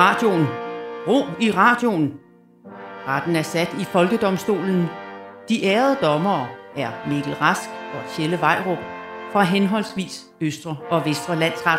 radioen. Ro i radioen. Retten er sat i Folkedomstolen. De ærede dommere er Mikkel Rask og Tjelle Vejrup fra henholdsvis Østre og Vestre Landsret.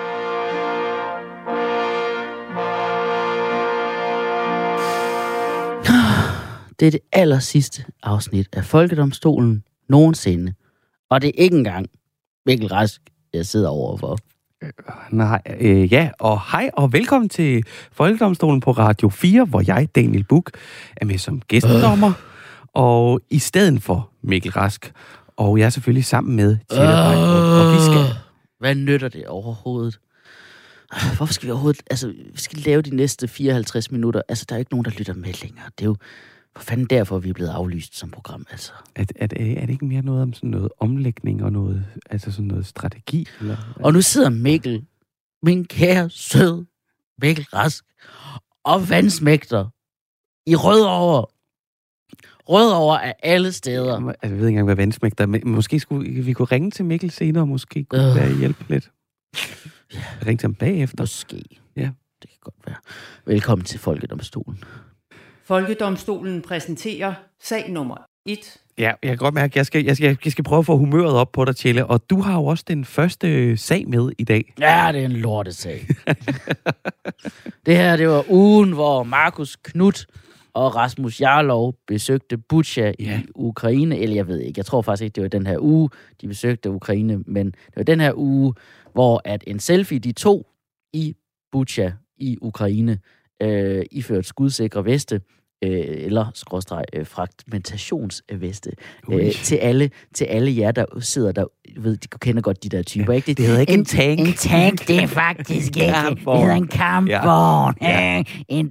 Det er det allersidste afsnit af Folkedomstolen nogensinde. Og det er ikke engang Mikkel Rask, jeg sidder overfor. Ja, og hej og velkommen til Folkedomstolen på Radio 4, hvor jeg, Daniel Buch, er med som gæstedommer, og i stedet for Mikkel Rask. Og jeg er selvfølgelig sammen med Tjelle Vejrup, og vi skal... Hvad nytter det overhovedet? Hvorfor skal vi overhovedet... Altså, vi skal lave de næste 54 minutter. Altså, der er ikke nogen, der lytter med længere. Det er jo for fanden derfor, vi er blevet aflyst som program, altså. Er det ikke mere noget om sådan noget omlægning og noget, altså sådan noget strategi? Eller? Og nu sidder Mikkel, min kære, sød Mikkel Rask, og vandsmægter i Rødovre. Rødovre af alle steder. Altså, jeg ved ikke engang, hvad vandsmægter er, men måske skulle vi kunne ringe til Mikkel senere, og måske kunne det hjælpe lidt. Ja. Ringe til ham bagefter. Måske. Ja. Det kan godt være. Velkommen til Folkedomstolen. Folkedomstolen præsenterer sag nummer 1. Ja, jeg kan godt mærke, at jeg skal prøve at få humøret op på dig, Tjelle. Og du har jo også den første sag med i dag. Ja, det er en lortesag. Det her, det var ugen, hvor Markus Knudt og Rasmus Jarlov besøgte Butsja i Ukraine. Eller jeg ved ikke, jeg tror faktisk ikke, det var den her uge, de besøgte Ukraine. Men det var den her uge, hvor at en selfie, de tog i Butsja i Ukraine, iført skudsikre veste, eller fragmentationsveste, til alle jer, der sidder der, ved, de kender godt de der typer, ikke? Det hedder ikke en tank. En tank, det er faktisk ikke. Det hedder en kampvogn. Ja.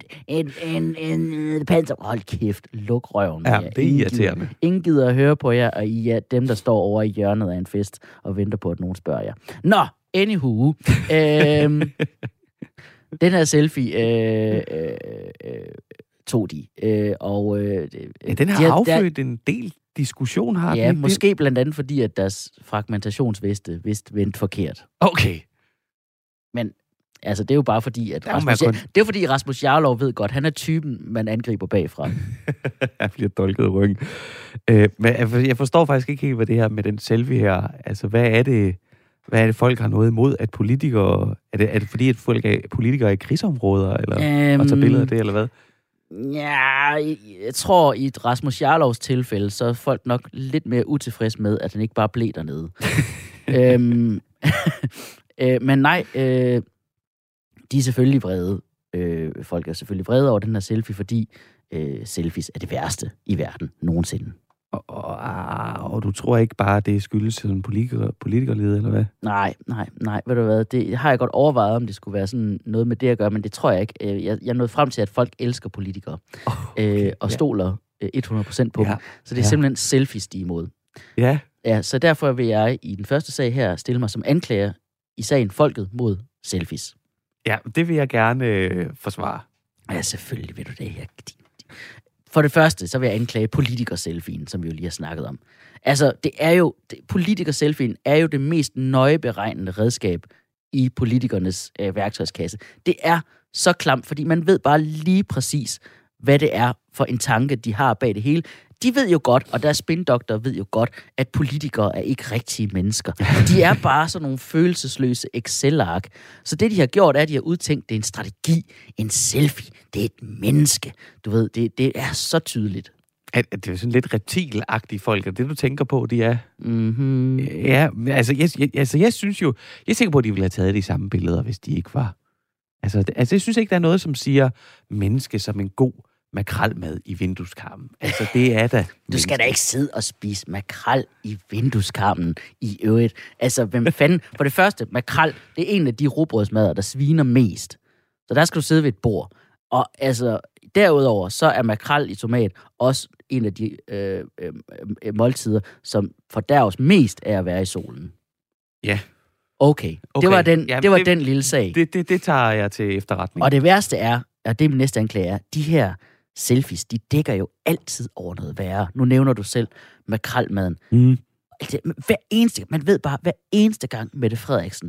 En panser. Hold kæft, luk røven. Ja, det er irriterende. Ingen gider at høre på jer, og I er dem, der står over i hjørnet af en fest og venter på, at nogen spørger jer. Nå, anywho. Den her selfie tog de. Den har affødt en del diskussion, har den. Ja, måske blandt andet fordi, at deres fragmentationsveste vist vendte forkert. Okay. Men altså, det er jo bare fordi, at Rasmus Jarlov ved godt, han er typen, man angriber bagfra. Jeg bliver dolket i ryggen. Men jeg forstår faktisk ikke helt, hvad det her med den selfie her, altså hvad er det folk har noget imod, at politikere... Er det fordi, at politikere er i krigsområder, eller og tager billeder af det, eller hvad? Ja, jeg tror, i et Rasmus Jarlovs tilfælde, så er folk nok lidt mere utilfreds med, at han ikke bare blev dernede. Men nej, de er selvfølgelig vrede. Folk er selvfølgelig vrede over den her selfie, fordi selfies er det værste i verden nogensinde. Og du tror ikke bare, det skyldes sådan politikerlede, eller hvad? Nej, ved du hvad, det har jeg godt overvejet, om det skulle være sådan noget med det at gøre, men det tror jeg ikke. Jeg nåede frem til, at folk elsker politikere, og stoler 100% på dem. Så det er simpelthen selfies, de er imod. Ja. Ja, så derfor vil jeg i den første sag her stille mig som anklager i sagen Folket mod selfies. Ja, det vil jeg gerne forsvare. Ja, selvfølgelig vil du det her. For det første, så vil jeg anklage politiker-selfien, som vi jo lige har snakket om. Altså, politiker-selfien er jo det mest nøjeberegnende redskab i politikernes værktøjskasse. Det er så klamt, fordi man ved bare lige præcis, hvad det er for en tanke, de har bag det hele. De ved jo godt, og deres spindoktorer ved jo godt, at politikere er ikke rigtige mennesker. De er bare sådan nogle følelsesløse Excel-ark. Så det, de har gjort, er, at de har udtænkt, det er en strategi, en selfie, det er et menneske. Du ved, det er så tydeligt. Det er sådan lidt reptilagtige folk, og det, du tænker på, de er... Mm-hmm. Ja, jeg synes jo... Jeg er sikker på, at de ville have taget de samme billeder, hvis de ikke var... Altså, jeg synes ikke, der er noget, som siger menneske som en god makrelmad i vindueskarmen. Altså, det er da... Du skal da ikke sidde og spise makrel i vindueskarmen i øvrigt. Altså, hvem fanden... For det første, makrel, det er en af de rugbrødsmadder, der sviner mest. Så der skal du sidde ved et bord. Og altså, derudover, så er makrel i tomat også en af de måltider, som fordærves mest af at være i solen. Ja. Okay. Det var den lille sag. Det tager jeg til efterretning. Og det værste er, og det er min næste anklage er, de her selfies, de dækker jo altid over noget værre. Nu nævner du selv makrelmaden. Man ved bare, hver eneste gang Mette Frederiksen,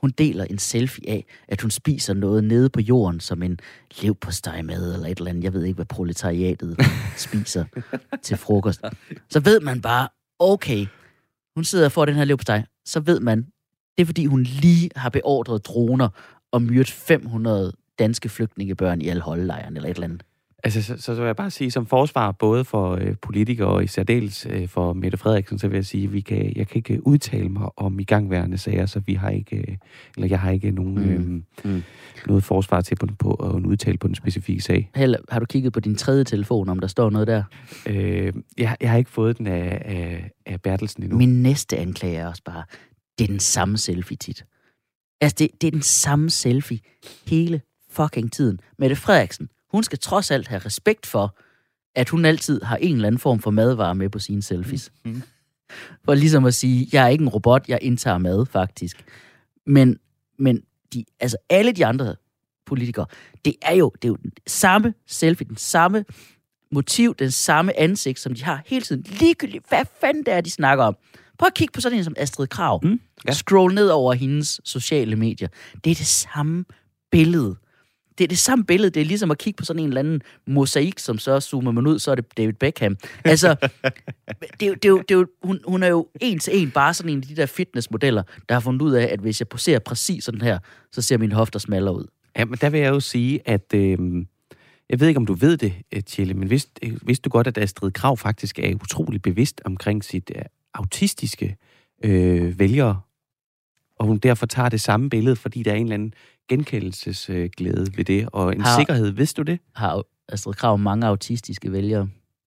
Hun deler en selfie af, at hun spiser noget nede på jorden, som en leverpostejmad eller et eller andet. Jeg ved ikke, hvad proletariatet spiser til frokost. Så ved man bare, okay, hun sidder og får den her leverpostej. Så ved man, det er fordi, hun lige har beordret droner og myrdet 500 danske flygtningebørn i Al-Hol-lejren eller et eller andet. Altså, så vil jeg bare sige, som forsvar både for politikere og i særdeles for Mette Frederiksen, så vil jeg sige, jeg kan ikke udtale mig om igangværende sager, så jeg har ikke nogen noget forsvar til på at udtale på den specifikke sag. Helle, har du kigget på din tredje telefon, om der står noget der? Jeg har ikke fået den af Bertelsen endnu. Min næste anklage er også bare, det er den samme selfie tit. Altså, det er den samme selfie hele fucking tiden. Mette Frederiksen, hun skal trods alt have respekt for, at hun altid har en eller anden form for madvarer med på sine selfies. For ligesom at sige, jeg er ikke en robot, jeg indtager mad, faktisk. Men alle de andre politikere, det er jo den samme selfie, den samme motiv, den samme ansigt, som de har hele tiden. Ligegyldigt, hvad fanden det er, de snakker om. Prøv at kigge på sådan en som Astrid Krag. Scroll ned over hendes sociale medier. Det er det samme billede. Det er det samme billede. Det er ligesom at kigge på sådan en eller anden mosaik, som så zoomer man ud, så er det David Beckham. Altså, hun er jo en til en bare sådan en af de der fitnessmodeller, der har fundet ud af, at hvis jeg poserer præcis sådan her, så ser mine hofter smallere ud. Ja, men der vil jeg jo sige, at jeg ved ikke, om du ved det, Tjelle, men vidste du godt, at Astrid Krag faktisk er utrolig bevidst omkring sit autistiske vælgere, og hun derfor tager det samme billede, fordi der er en eller anden genkendelsesglæde ved det, og en sikkerhed. Vidste du det? Har Astrid Krag mange autistiske vælgere?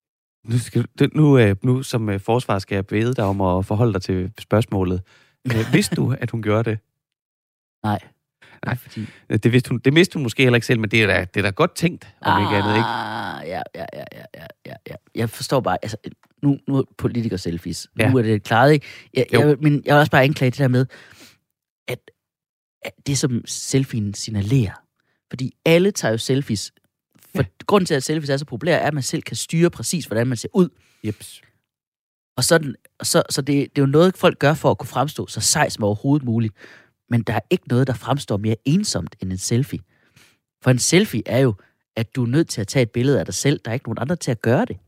Nu som forsvar skal jeg bede dig om at forholde dig til spørgsmålet. Vidste du, at hun gjorde det? Nej. Fordi... Det vidste hun måske heller ikke selv, men det er da godt tænkt, om ikke andet, ikke? Ja. Jeg forstår bare, altså, nu er politiker-selfies. Ja. Nu er det klaret, ikke? Men jeg vil også bare anklage det der med, at det, som selfien signalerer. Fordi alle tager jo selfies. Grunden til, at selfies er så populære, er, at man selv kan styre præcis, hvordan man ser ud. Jeps. Og så det er jo noget, folk gør for at kunne fremstå så sej som overhovedet muligt. Men der er ikke noget, der fremstår mere ensomt end en selfie. For en selfie er jo, at du er nødt til at tage et billede af dig selv. Der er ikke nogen andre til at gøre det.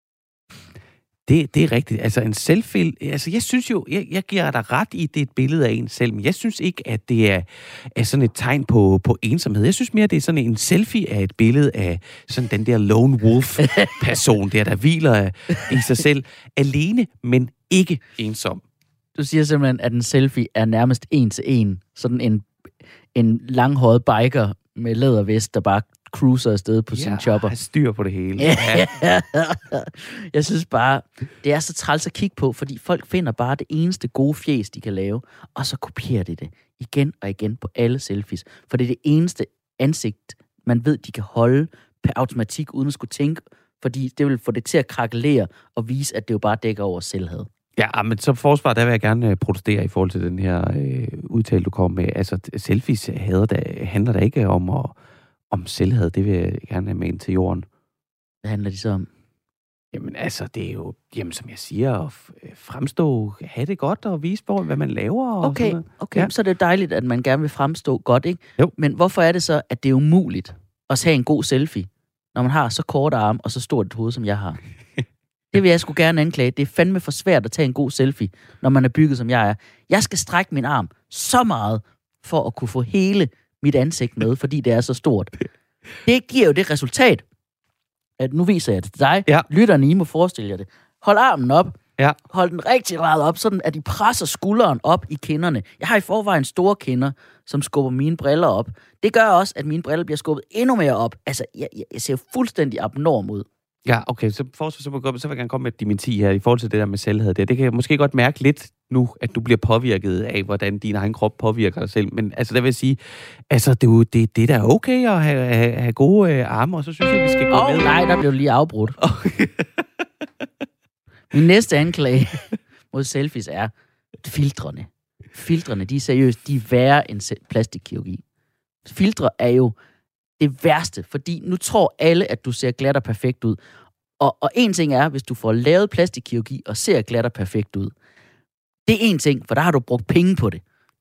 Det er rigtigt. Altså en selfie, altså jeg synes jo, jeg giver dig ret i, det er et billede af en selv, men jeg synes ikke, at det er sådan et tegn på ensomhed. Jeg synes mere, det er sådan en selfie af et billede af sådan den der lone wolf-person der hviler i sig selv. Alene, men ikke ensom. Du siger simpelthen, at en selfie er nærmest en til en. Sådan en langhåret biker med lædervest, der bare cruiser afsted på sin chopper. Ja, styr på det hele. Ja. Jeg synes bare, det er så træls at kigge på, fordi folk finder bare det eneste gode fjes, de kan lave, og så kopierer de det igen og igen på alle selfies. For det er det eneste ansigt, man ved, de kan holde per automatik, uden at skulle tænke, fordi det vil få det til at krakelere og vise, at det jo bare dækker over selvhed. Ja, men som forsvar, der vil jeg gerne protestere i forhold til den her udtale, du kom med. Altså, selfies handler der ikke om selvhed. Det vil jeg gerne have med ind til jorden. Hvad handler de så om? Jamen, altså, det er jo, som jeg siger, at fremstå, have det godt og vise folk, hvad man laver. Okay, ja. Så er det dejligt, at man gerne vil fremstå godt, ikke? Jo. Men hvorfor er det så, at det er umuligt at have en god selfie, når man har så kort arm og så stort et hoved, som jeg har? Det vil jeg sgu gerne anklage. Det er fandme for svært at tage en god selfie, når man er bygget, som jeg er. Jeg skal strække min arm så meget, for at kunne få hele mit ansigt med, fordi det er så stort. Det giver jo det resultat, at nu viser jeg det til dig. Ja. Lytterne, I må forestille jer det. Hold armen op. Ja. Hold den rigtig meget op, sådan at de presser skulderen op i kinderne. Jeg har i forvejen store kinder, som skubber mine briller op. Det gør også, at mine briller bliver skubbet endnu mere op. Altså, jeg ser fuldstændig abnorm ud. Ja, okay, så vil jeg gerne komme med et dementi her i forhold til det der med selvhed. Det kan jeg måske godt mærke lidt nu, at du bliver påvirket af, hvordan din egen krop påvirker dig selv. Men altså, der vil jeg sige, altså, det er da okay at have gode arme, og så synes jeg, vi skal gå med. Nej, der blev lige afbrudt. Min næste anklage mod selfies er filtrene. Filtrene, de er seriøst, de er værre end plastikkirurgi. Filtre er jo det værste, fordi nu tror alle, at du ser glat og perfekt ud. Og en ting er, hvis du får lavet plastikkirurgi og ser glat og perfekt ud. Det er en ting, for der har du brugt penge på det.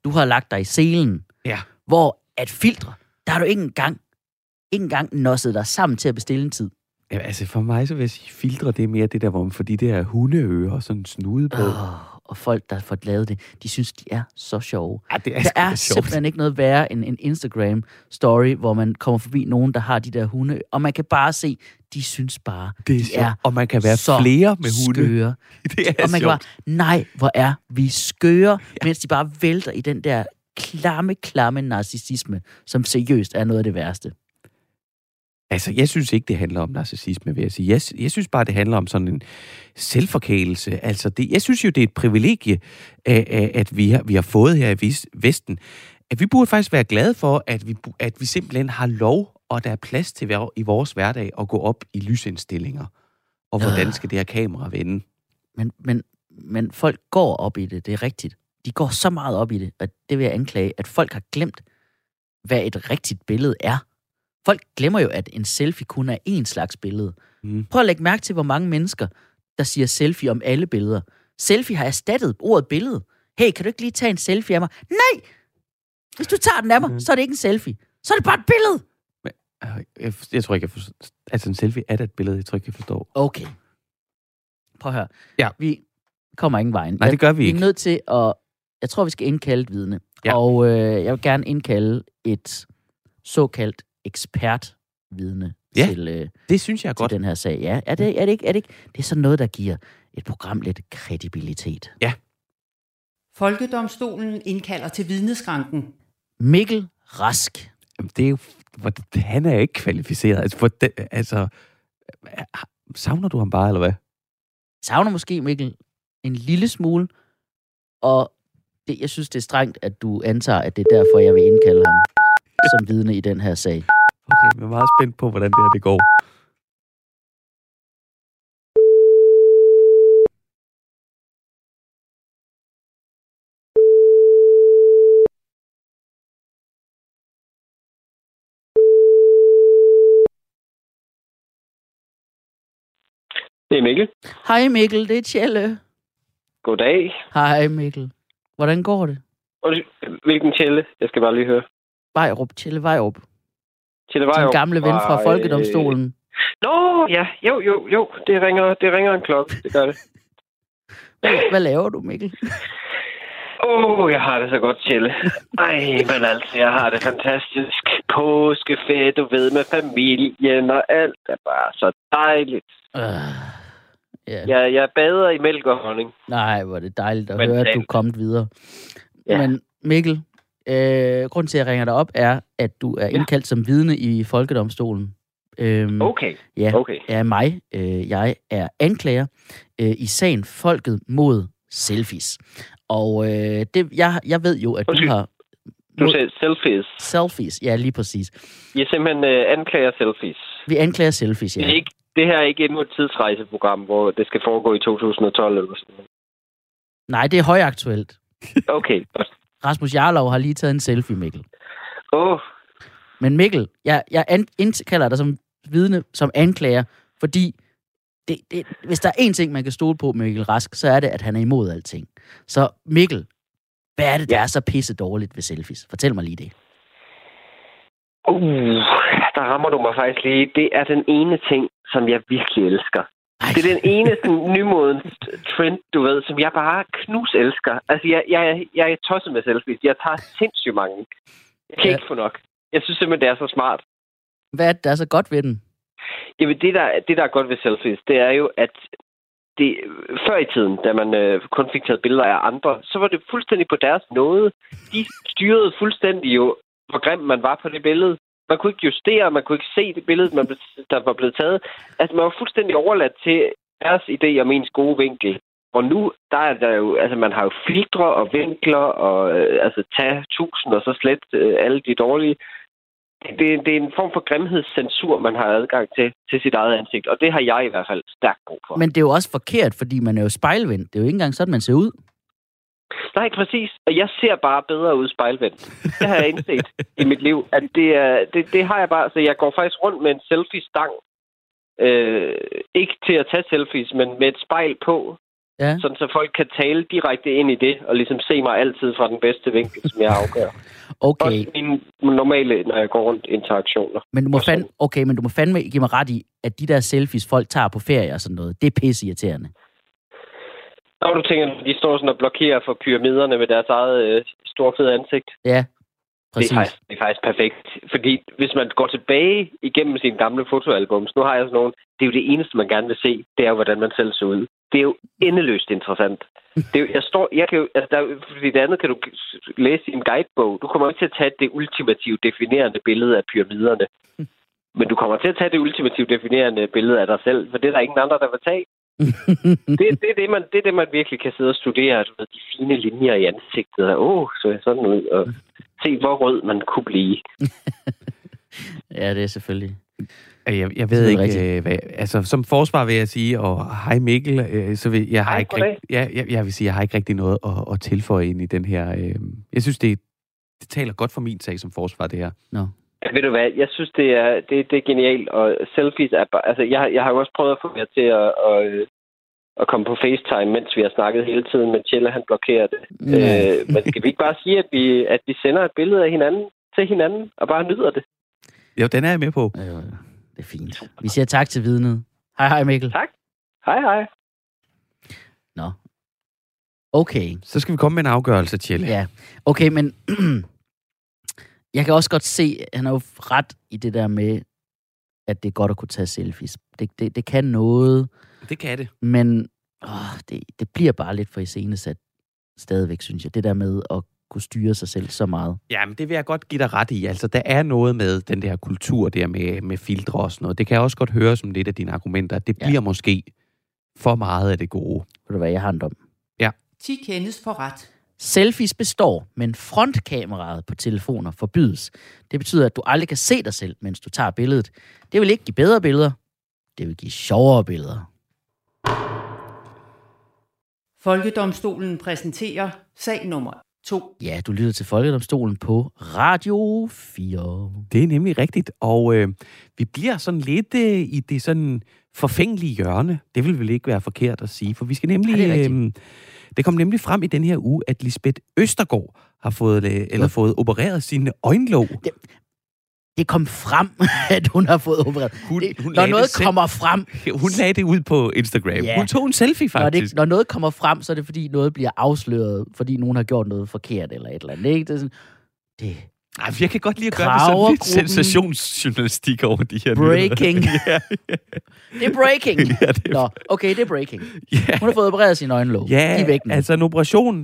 du har lagt dig i selen, hvor at filtre, der har du ikke engang nosset dig sammen til at bestille en tid. Ja, altså for mig så vil jeg sige, filtre det er mere det der, hvor man får de der hundeører og sådan en snude på. Og folk, der får lavet det, de synes, de er så sjove. Ja, det er der er simpelthen ikke noget værre end en Instagram-story, hvor man kommer forbi nogen, der har de der hunde, og man kan bare se, de synes bare, de er og man kan være flere med hunde. Skøre. Det er og man kan bare, nej, hvor er vi skøre, mens de bare vælter i den der klamme narcissisme, som seriøst er noget af det værste. Altså, jeg synes ikke, det handler om narcissisme, vil jeg sige. Jeg synes bare, det handler om sådan en selvforkælelse. Altså, jeg synes jo, det er et privilegie, at vi har fået her i Vesten. At vi burde faktisk være glade for, at vi simpelthen har lov, og der er plads til i vores hverdag at gå op i lysindstillinger. Og hvordan skal det her kamera vende? Men folk går op i det er rigtigt. De går så meget op i det, at det vil jeg anklage, at folk har glemt, hvad et rigtigt billede er. Folk glemmer jo, at en selfie kun er én slags billede. Prøv at lægge mærke til, hvor mange mennesker, der siger selfie om alle billeder. Selfie har erstattet ordet billede. Hey, kan du ikke lige tage en selfie af mig? Nej! Hvis du tager den af mig, så er det ikke en selfie. Så er det bare et billede! Jeg tror ikke, jeg forstår. Altså en selfie er da et billede, jeg tror ikke, jeg forstår. Okay. Prøv at høre. Ja. Vi kommer ingen vejen. Nej, det gør vi ikke. Vi er nødt til at... Jeg tror, vi skal indkalde et vidne. Ja. Og jeg vil gerne indkalde et såkaldt ekspertvidne til, det synes jeg er godt. Den her sag. Ja, er det ikke? Det er sådan noget, der giver et program lidt kredibilitet. Ja. Folkedomstolen indkalder til vidneskranken. Mikkel Rask. Jamen, det er jo... Han er ikke kvalificeret. Savner du ham bare, eller hvad? Savner måske, Mikkel, en lille smule. Og jeg synes, det er strengt, at du antager, at det er derfor, jeg vil indkalde ham som vidne i den her sag. Okay, jeg er meget spændt på, hvordan det her det går. Det er Mikkel. Hej Mikkel, det er Tjelle. Goddag. Hej Mikkel. Hvordan går det? Hvilken Tjelle? Jeg skal bare lige høre. Tjelle Vejrup. Tjelle Vejrup. Din gamle ven fra Folkedomstolen. Nå, ja. Jo. Det ringer en klokke. Det gør det. Hvad laver du, Mikkel? Jeg har det så godt, Tjelle. Ej, men altså, jeg har det fantastisk. Påskeferie, du ved, med familien og alt. Det er bare så dejligt. Yeah. Jeg bader i mælk og honning. Nej, hvor er det dejligt at høre, at du er kommet videre. Ja. Men Mikkel, grunden til, at jeg ringer dig op, er, at du er indkaldt som vidne i Folkedomstolen. Okay. Ja, okay. Er mig. Jeg er anklager i sagen Folket mod selfies. Og jeg ved jo, at du har... Du sagde selfies. Selfies, ja, lige præcis. Jeg simpelthen anklager selfies. Vi anklager selfies, ja. Det her er ikke endnu et tidsrejseprogram, hvor det skal foregå i 2012 eller sådan noget. Nej, det er højaktuelt. Okay, godt. Rasmus Jarlov har lige taget en selfie, Mikkel. Men Mikkel, jeg indkalder dig som vidne, som anklager, fordi hvis der er én ting, man kan stole på Mikkel Rask, så er det, at han er imod alting. Så Mikkel, hvad er det, der er så pisse dårligt ved selfies? Fortæl mig lige det. Der rammer du mig faktisk lige. Det er den ene ting, som jeg virkelig elsker. Ej. Det er den ene nymodens trend, du ved, som jeg bare knus elsker. Altså, jeg er tosset med selfies. Jeg tager sindssygt mange. Jeg kan ikke få nok. Jeg synes simpelthen, det er så smart. Hvad er det, der er så godt ved den? Jamen, det der er godt ved selfies, det er jo, at før i tiden, da man kun fik taget billeder af andre, så var det fuldstændig på deres nåde. De styrede fuldstændig jo, hvor grim man var på det billede. Man kunne ikke justere, man kunne ikke se det billede, der var blevet taget. Altså, man var fuldstændig overladt til deres idé om ens gode vinkel. Og nu, der er der jo, altså, man har jo filtre og vinkler, og tage 1000 og så slet alle de dårlige. Det er en form for grimhedscensur, man har adgang til sit eget ansigt, og det har jeg i hvert fald stærkt brug for. Men det er jo også forkert, fordi man er jo spejlvendt. Det er jo ikke engang sådan, man ser ud. Nej, præcis. Og jeg ser bare bedre ud spejlvendt. Det har jeg indset i mit liv, at det har jeg bare. Så jeg går faktisk rundt med en selfie-stang. Ikke til at tage selfies, men med et spejl på. Ja. Sådan så folk kan tale direkte ind i det, og ligesom se mig altid fra den bedste vinkel, som jeg afgør. Okay. Også mine normale, når jeg går rundt, interaktioner. Men du må fandme give mig ret i, at de der selfies, folk tager på ferie og sådan noget, det er pisseirriterende. Når du tænker, de står sådan og blokerer for pyramiderne med deres eget store fede ansigt. Ja, præcis. Det er faktisk perfekt. Fordi hvis man går tilbage igennem sine gamle fotoalbums, nu har jeg sådan nogle, det er jo det eneste, man gerne vil se, det er jo, hvordan man selv ser ud. Det er jo endeløst interessant. Det er jo, fordi det andet kan du læse i en guidebog. Du kommer ikke til at tage det ultimative definerende billede af pyramiderne. Men du kommer til at tage det ultimative definerende billede af dig selv, for det er der ingen andre, der vil tage. det er det, man virkelig kan sidde og studere. Du ved, de fine linjer i ansigtet. Så er sådan ud. Og se, hvor rød man kunne blive. Ja, det er selvfølgelig. Jeg ved ikke, altså som forsvar vil jeg sige, og hej Mikkel, så vil jeg vil sige, jeg har ikke rigtig noget at tilføje ind i den her. Jeg synes, det taler godt for min sag som forsvar, det her. No. Ja, ved du hvad, jeg synes, det er genialt, og selfies er bare, altså jeg har jo også prøvet at få jer til at komme på FaceTime, mens vi har snakket hele tiden, men Tjelle, han blokerer det. Men skal vi ikke bare sige, at vi sender et billede af hinanden til hinanden, og bare nyder det? Jo, den er jeg med på. Det er fint. Vi siger tak til vidnet. Hej Mikkel. Tak. Hej. Nå. Okay. Så skal vi komme med en afgørelse, Tjelle. Ja. Okay, men jeg kan også godt se, han er jo ret i det der med, at det er godt at kunne tage selfies. Det kan noget. Det kan det. Men det bliver bare lidt for iscenesat stadigvæk, synes jeg. Det der med at kunne styre sig selv så meget. Ja, men det vil jeg godt give dig ret i. Altså, der er noget med den der kultur der med filtre og sådan noget. Det kan jeg også godt høre som lidt af dine argumenter. Det bliver måske for meget af det gode. Ved du hvad, jeg har en dom. Ja. 10 kendes for ret. Selfies består, men frontkameraet på telefoner forbydes. Det betyder, at du aldrig kan se dig selv, mens du tager billedet. Det vil ikke give bedre billeder. Det vil give sjovere billeder. Folkedomstolen præsenterer sag nummer 2. Ja, du lytter til Folkedomstolen på Radio 4. Det er nemlig rigtigt, og vi bliver sådan lidt i det sådan forfængelige hjørne. Det vil vel ikke være forkert at sige, for vi skal nemlig... det kom nemlig frem i den her uge, at Lisbeth Østergaard har fået opereret sine øjenlåg. Det kom frem, at hun har fået opereret. Når noget kommer frem... Hun lagde det ud på Instagram. Ja. Hun tog en selfie, faktisk. Når noget kommer frem, så er det, fordi noget bliver afsløret, fordi nogen har gjort noget forkert eller et eller andet. Ikke? Det er sådan, jeg kan godt lide at gøre det sådan lidt sensationsjournalistik over de her breaking. Ja. Det er breaking. Ja, Nå, okay, det er breaking. Yeah. Hun har fået opereret sin øjenlåg. Ja, altså en operation...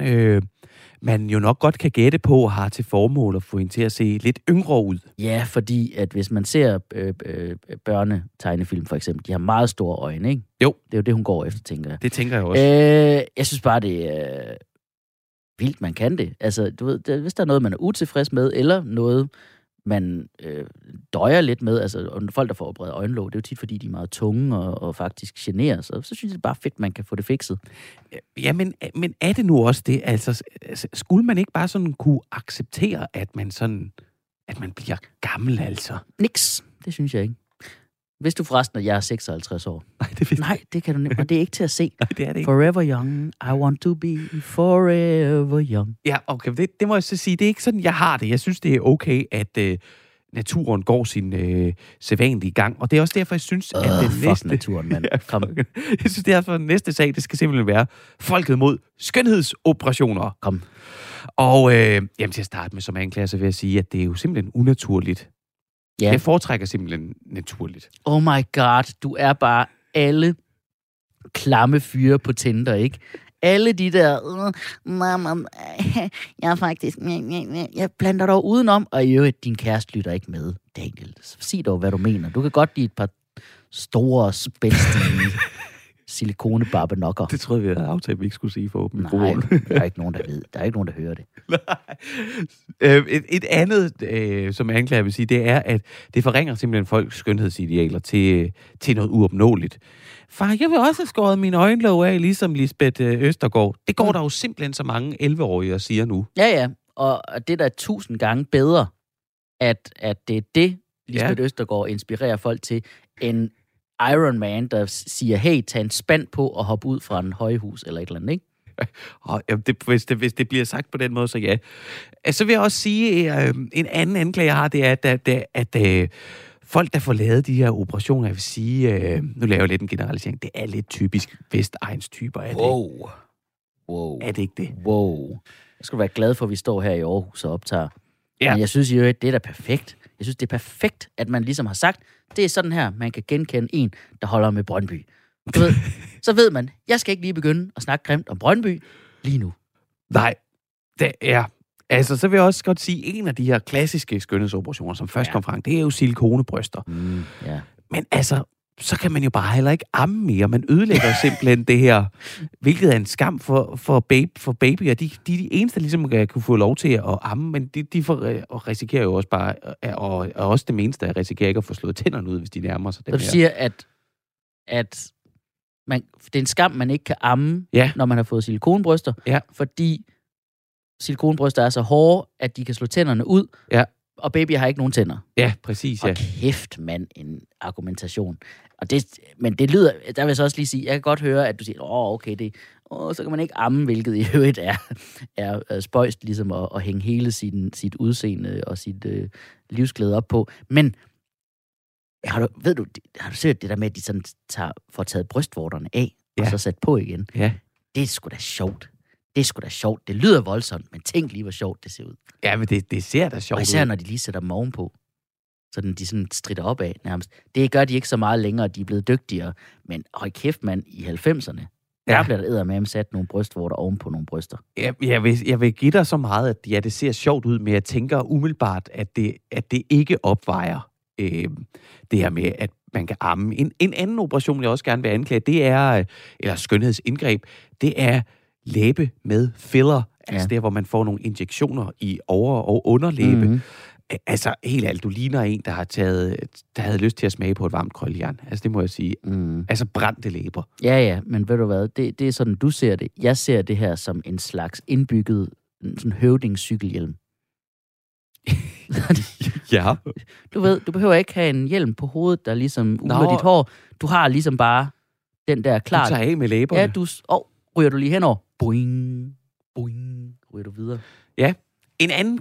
man jo nok godt kan gætte på, har til formål at få hende til at se lidt yngre ud. Ja, fordi at hvis man ser børnetegnefilm for eksempel, de har meget store øjne, ikke? Jo. Det er jo det, hun går efter, tænker jeg. Det tænker jeg også. Jeg synes bare, det er vildt, man kan det. Altså, du ved, hvis der er noget, man er utilfreds med, eller noget, man døjer lidt med, altså folk, der får opereret øjenlåg, det er jo tit, fordi de er meget tunge og faktisk generer, så synes jeg, det er bare fedt, man kan få det fikset. Ja, men er det nu også det? Altså, skulle man ikke bare sådan kunne acceptere, at man bliver gammel, altså? Niks, det synes jeg ikke. Vidste du forresten, at jeg er 56 år? Nej, det kan du nemt. Og det er ikke til at se. Nej, det er det ikke. Forever young, I want to be forever young. Ja, okay, det må jeg så sige. Det er ikke sådan, jeg har det. Jeg synes, det er okay, at naturen går sin sædvanlige gang. Og det er også derfor, jeg synes, at den næste... naturen, mand. Kom. Jeg synes, det er for næste sag, det skal simpelthen være folket mod skønhedsoperationer. Kom. Og til at starte med som anklager, så vil jeg sige, at det er jo simpelthen unaturligt. Ja. Jeg foretrækker simpelthen naturligt. Oh my god, du er bare alle klamme fyre på Tinder, ikke? Alle de der, jeg er faktisk, jeg blander dig udenom, og i øvrigt, din kæreste lytter ikke med, Daniel. Sig dog, hvad du mener. Du kan godt lide et par store, spændstige silikonebarbenokker. Det troede vi havde aftalt, vi ikke skulle sige for åben mikrofon. Nej, der er ikke nogen, der ved. Der er ikke nogen, der hører det. Et andet, som anklager vil sige, det er, at det forringer simpelthen folks skønhedsidealer til noget uopnåeligt. Far, jeg vil også have skåret mine øjenlåg af, ligesom Lisbeth Østergaard. Det går der jo simpelthen så mange 11-årige og siger nu. Ja, og det der er 1000 gange bedre, at det er det, Lisbeth Østergaard inspirerer folk til, end Iron Man, der siger, hey, tag en spand på og hop ud fra en højhus eller et eller andet, ikke? Og hvis det bliver sagt på den måde, så ja. Så vil jeg også sige, en anden anklage, jeg har, det er, at folk, der får lavet de her operationer, jeg vil sige, nu laver jeg lidt en generalisering, det er lidt typisk Vestegns-typer. Er det Wow. Er det ikke det? Wow. Jeg skal være glad for, at vi står her i Aarhus og optager. Ja. Men jeg synes jo, at det er da perfekt. Jeg synes, det er perfekt, at man ligesom har sagt, det er sådan her, man kan genkende en, der holder med Brøndby. Du ved, så ved man, jeg skal ikke lige begynde at snakke grimt om Brøndby lige nu. Nej, det er... Altså, så vil jeg også godt sige, en af de her klassiske skønhedsoperationer, som først kom frem, det er jo silikonebryster. Ja. Men altså, så kan man jo bare heller ikke amme mere. Man ødelægger simpelthen det her, hvilket er en skam for babyer. De er de eneste, der ligesom kan få lov til at amme, men de risikerer jo også bare, og også det eneste, der risikerer ikke at få slået tænderne ud, hvis de nærmer sig dem her. Så du siger, at det er en skam, man ikke kan amme, når man har fået silikonbryster, fordi silikonbryster er så hårde, at de kan slå tænderne ud, og babyer har ikke nogen tænder. Ja, præcis, Og kæft, mand, en argumentation. Men det lyder, der vil jeg så også lige sige, jeg kan godt høre, at du siger, okay, så kan man ikke amme, hvilket i øvrigt er spøjst, ligesom at hænge hele sit udseende og sit livsglæde op på. Men har du set det der med, at de sådan får taget brystvorterne af, og så sat på igen? Ja. Det er sgu da sjovt. Det lyder voldsomt, men tænk lige, hvor sjovt det ser ud. Ja, men det ser da sjovt ud. Og især når de lige sætter dem ovenpå. Så de sådan stritter op af nærmest. Det gør de ikke så meget længere, de er blevet dygtigere. Men hold kæft, mand, i 90'erne, der bliver der eddermame sat nogle brystvorter ovenpå nogle bryster. Ja, jeg vil give dig så meget, at det ser sjovt ud, men jeg tænker umiddelbart, at det ikke opvejer det her med, at man kan amme. En anden operation, jeg også gerne vil anklage, det er, eller skønhedsindgreb, det er læbe med filler. Altså der, hvor man får nogle injektioner i over- og underlæbe. Mm-hmm. Altså, helt ærligt, du ligner en, der havde lyst til at smage på et varmt krøljern. Altså, det må jeg sige. Altså, brændte læber. Ja, men ved du hvad, det er sådan, du ser det. Jeg ser det her som en slags indbygget sådan høvdingscykelhjelm. Ja. Du ved, du behøver ikke have en hjelm på hovedet, der ligesom uler dit hår. Du har ligesom bare den der klart. Du tager af med læberne. Ja, ryger du lige henover. Boing, boing, ryger du videre. Ja. En anden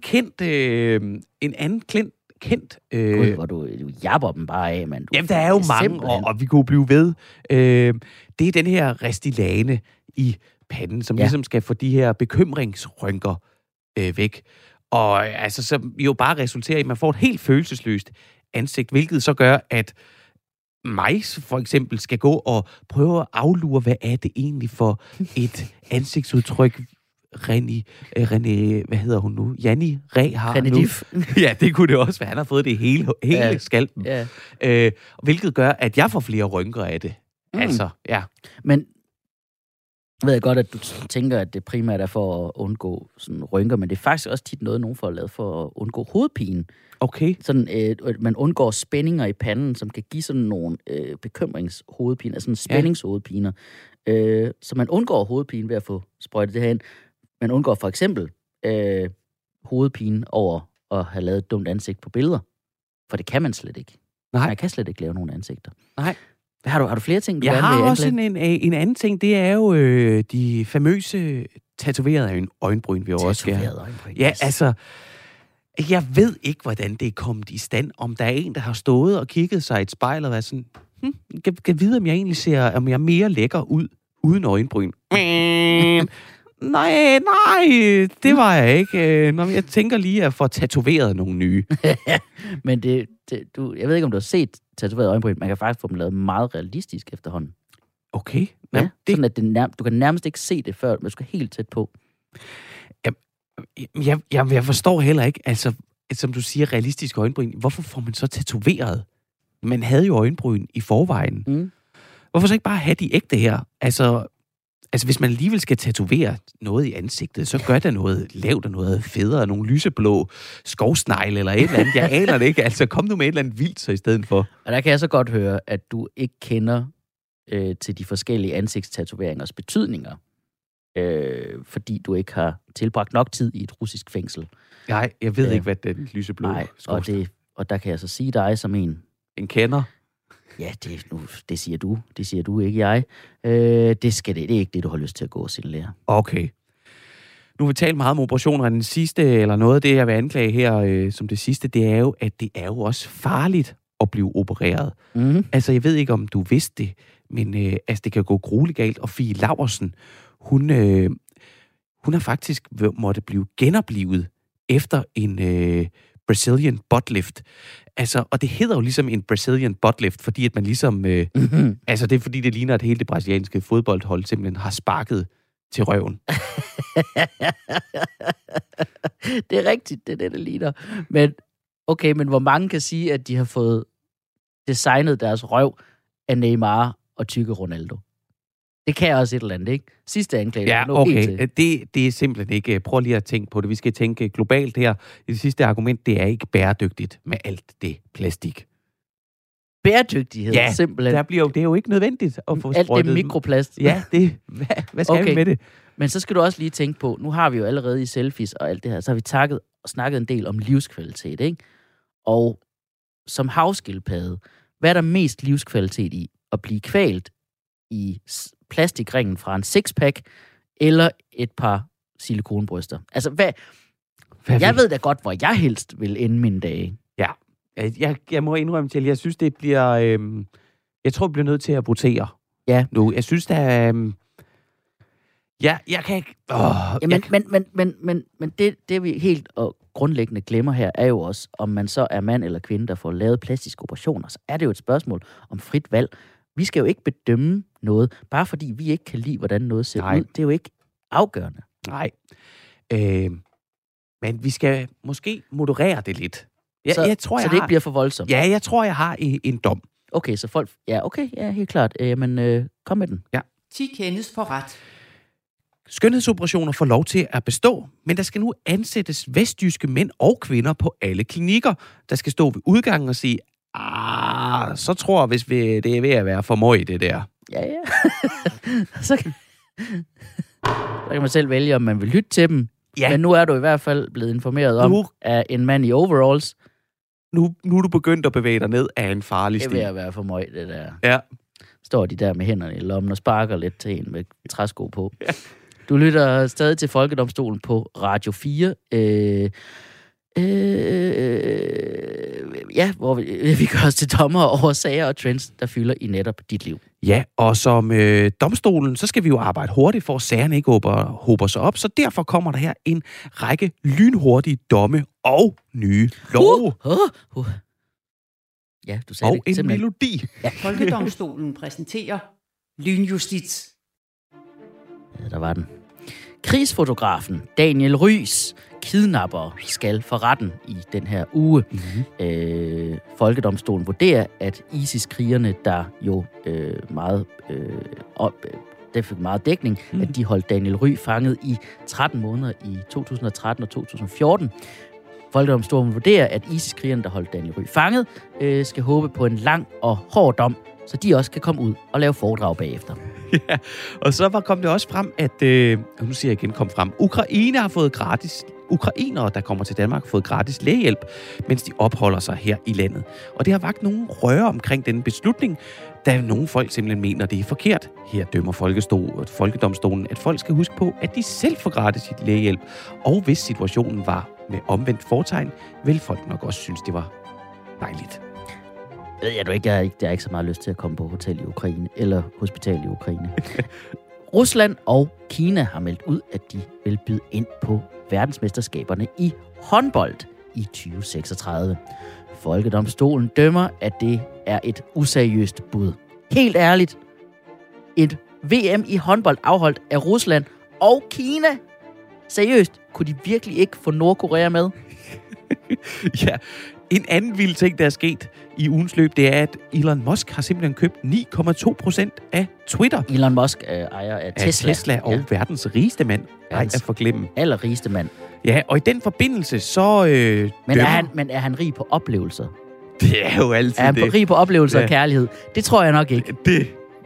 kendt... Gud, hvor du jabber dem bare af, mand. Jamen, der er jo mange, og vi kunne blive ved. Det er den her Restylane i panden, som ligesom skal få de her bekymringsrynker væk. Og altså, så jo bare resulterer i, at man får et helt følelsesløst ansigt, hvilket så gør, at mig for eksempel skal gå og prøve at aflure, hvad er det egentlig for et ansigtsudtryk, René, hvad hedder hun nu? Janni Reh har René nu. Diff. Ja, det kunne det også være. Han har fået det hele skalpen. Ja. Hvilket gør, at jeg får flere rynker af det. Altså, ja. Men ved jeg godt, at du tænker, at det primært er for at undgå sådan rynker, men det er faktisk også tit noget, nogen får lavet for at undgå hovedpine. Okay. Sådan, man undgår spændinger i panden, som kan give sådan nogle bekymringshovedpiner, sådan spændingshovedpiner. Så man undgår hovedpine ved at få sprøjtet det her ind. Man undgår for eksempel hovedpine over at have lavet et dumt ansigt på billeder. For det kan man slet ikke. Nej. Man kan slet ikke lave nogen ansigter. Nej. Har du flere ting, du Jeg gerne vil har også anklage? en anden ting. Det er jo de famøse tatoverede øjenbryn, vi også skal. Tatoverede øjenbryn, Ja, yes. altså... Jeg ved ikke, hvordan det er kommet i stand. Om der er en, der har stået og kigget sig i et spejl og været sådan... kan vide, om jeg egentlig ser... Om jeg er mere lækker ud uden øjenbryn. Nej, det var jeg ikke. Når jeg tænker lige at få tatoveret nogle nye. Men jeg ved ikke, om du har set tatoverede øjenbryn. Man kan faktisk få dem lavet meget realistisk efterhånden. Okay. Ja, sådan at du kan nærmest ikke se det, før man skal helt tæt på. Jeg forstår heller ikke, altså, som du siger, realistisk øjenbryn. Hvorfor får man så tatoveret? Man havde jo øjenbryn i forvejen. Hvorfor så ikke bare have de ægte her? Altså, hvis man alligevel skal tatovere noget i ansigtet, så gør der noget, lav der noget federe, nogle lyseblå skovsnegle eller et eller andet. Jeg aner det ikke. Altså, kom nu med et eller andet vildt så i stedet for. Og der kan jeg så godt høre, at du ikke kender til de forskellige ansigtstatoveringers betydninger. Fordi du ikke har tilbragt nok tid i et russisk fængsel. Nej, jeg ved ikke, hvad den lyseblå og der kan jeg så sige dig som en kender. Ja, det siger du. Det siger du, ikke jeg. Det er ikke det, du har lyst til at gå, Signe. Okay. Nu har vi talt meget om operationer, og den sidste, eller noget af det, jeg vil anklage her som det sidste, det er jo, at det er jo også farligt at blive opereret. Mm. Altså, jeg ved ikke, om du vidste det, men det kan gå grueligt galt, og Fie Laursen, hun har faktisk måtte blive genoplivet efter en Brazilian butt lift. Altså, og det hedder jo ligesom en Brazilian butt lift, fordi at man ligesom... Altså, det er fordi, det ligner, at hele det brasilianske fodboldhold simpelthen har sparket til røven. Det er rigtigt, det er det ligner. Men hvor mange kan sige, at de har fået designet deres røv af Neymar og tykke Ronaldo? Det kan også et eller andet, ikke? Sidste anklage. Ja, okay. Det er simpelthen ikke... Prøv lige at tænke på det. Vi skal tænke globalt her. Det sidste argument, det er ikke bæredygtigt med alt det plastik. Bæredygtighed, ja, simpelthen. Det er jo ikke nødvendigt at få alt sprøjtet. Det mikroplast. Ja, hvad skal vi med det? Men så skal du også lige tænke på, nu har vi jo allerede i selfies og alt det her, så har vi snakket en del om livskvalitet, ikke? Og som havskildpadde, hvad er der mest livskvalitet i? At blive kvalt i plastikringen fra en sixpack eller et par silikonbryster? Altså, jeg ved da godt, hvor jeg helst vil ende mine dage. Ja, jeg må indrømme til, jeg synes, det bliver... jeg tror, vi bliver nødt til at votere. Ja. Nu, jeg synes, der jeg kan ikke... Men det vi helt og grundlæggende glemmer her, er jo også, om man så er mand eller kvinde, der får lavet plastiske operationer, så er det jo et spørgsmål om frit valg. Vi skal jo ikke bedømme noget, bare fordi vi ikke kan lide, hvordan noget ser ud. Det er jo ikke afgørende. Nej. Men vi skal måske moderere det lidt. Jeg tror, så det ikke bliver for voldsomt? Ja, jeg tror, jeg har en dom. Okay, så folk... Ja, okay, ja, helt klart. Men kom med den. Ja. 10 kendes for ret. Skønhedsoperationer får lov til at bestå, men der skal nu ansættes vestjyske mænd og kvinder på alle klinikker, der skal stå ved udgangen og sige, så tror jeg, det er ved at være for møg, det der. Ja. så kan man selv vælge, om man vil lytte til dem. Ja. Men nu er du i hvert fald blevet informeret om, at en mand i overalls... Nu er du begyndt at bevæge dig ned af en farlig sti. Det er ved at være for møg, det der. Ja. Står de der med hænderne i lommen og sparker lidt til en med træsko på. Ja. Du lytter stadig til Folkedomstolen på Radio 4. Hvor vi gør os til dommer over sager og trends, der fylder i netop dit liv. Ja, og som domstolen, så skal vi jo arbejde hurtigt, for at sagerne ikke hober sig op. Så derfor kommer der her en række lynhurtige domme og nye love. Ja, du sagde og det. En simpelthen. melodi. Ja. Folkedomstolen præsenterer lynjustits. Ja, der var den. Krigsfotografen Daniel Rys kidnapper skal for retten i den her uge. Mm-hmm. Folkedomstolen vurderer, at ISIS-krigerne, der jo det fik meget dækning, at de holdt Daniel Ry fanget i 13 måneder i 2013 og 2014. Folkedomstolen vurderer, at ISIS-krigerne, der holdt Daniel Ry fanget, skal håbe på en lang og hård dom, så de også kan komme ud og lave foredrag bagefter. Ja, og så kom det også frem, at, nu siger jeg igen, ukrainere, der kommer til Danmark, har fået gratis lægehjælp, mens de opholder sig her i landet. Og det har vakt nogen røre omkring denne beslutning, da nogle folk simpelthen mener, det er forkert. Her dømmer Folkedomstolen, at folk skal huske på, at de selv får gratis lægehjælp. Og hvis situationen var med omvendt fortegn, vil folk nok også synes, det var dejligt. Jeg har ikke så meget lyst til at komme på hotel i Ukraine, eller hospital i Ukraine. Rusland og Kina har meldt ud, at de vil byde ind på verdensmesterskaberne i håndbold i 2036. Folkedomstolen dømmer, at det er et useriøst bud. Helt ærligt, et VM i håndbold afholdt af Rusland og Kina. Seriøst, kunne de virkelig ikke få Nordkorea med? Ja, en anden vild ting, der er sket i ugens løb, det er, at Elon Musk har simpelthen købt 9,2% af Twitter. Elon Musk ejer af Tesla. Og verdens rigeste mand. Ej, at forglemme. Allerrigeste mand. Ja, og i den forbindelse, så... Men er han rig på oplevelser? Det er jo altid er han rig på oplevelser og kærlighed? Det tror jeg nok ikke. Det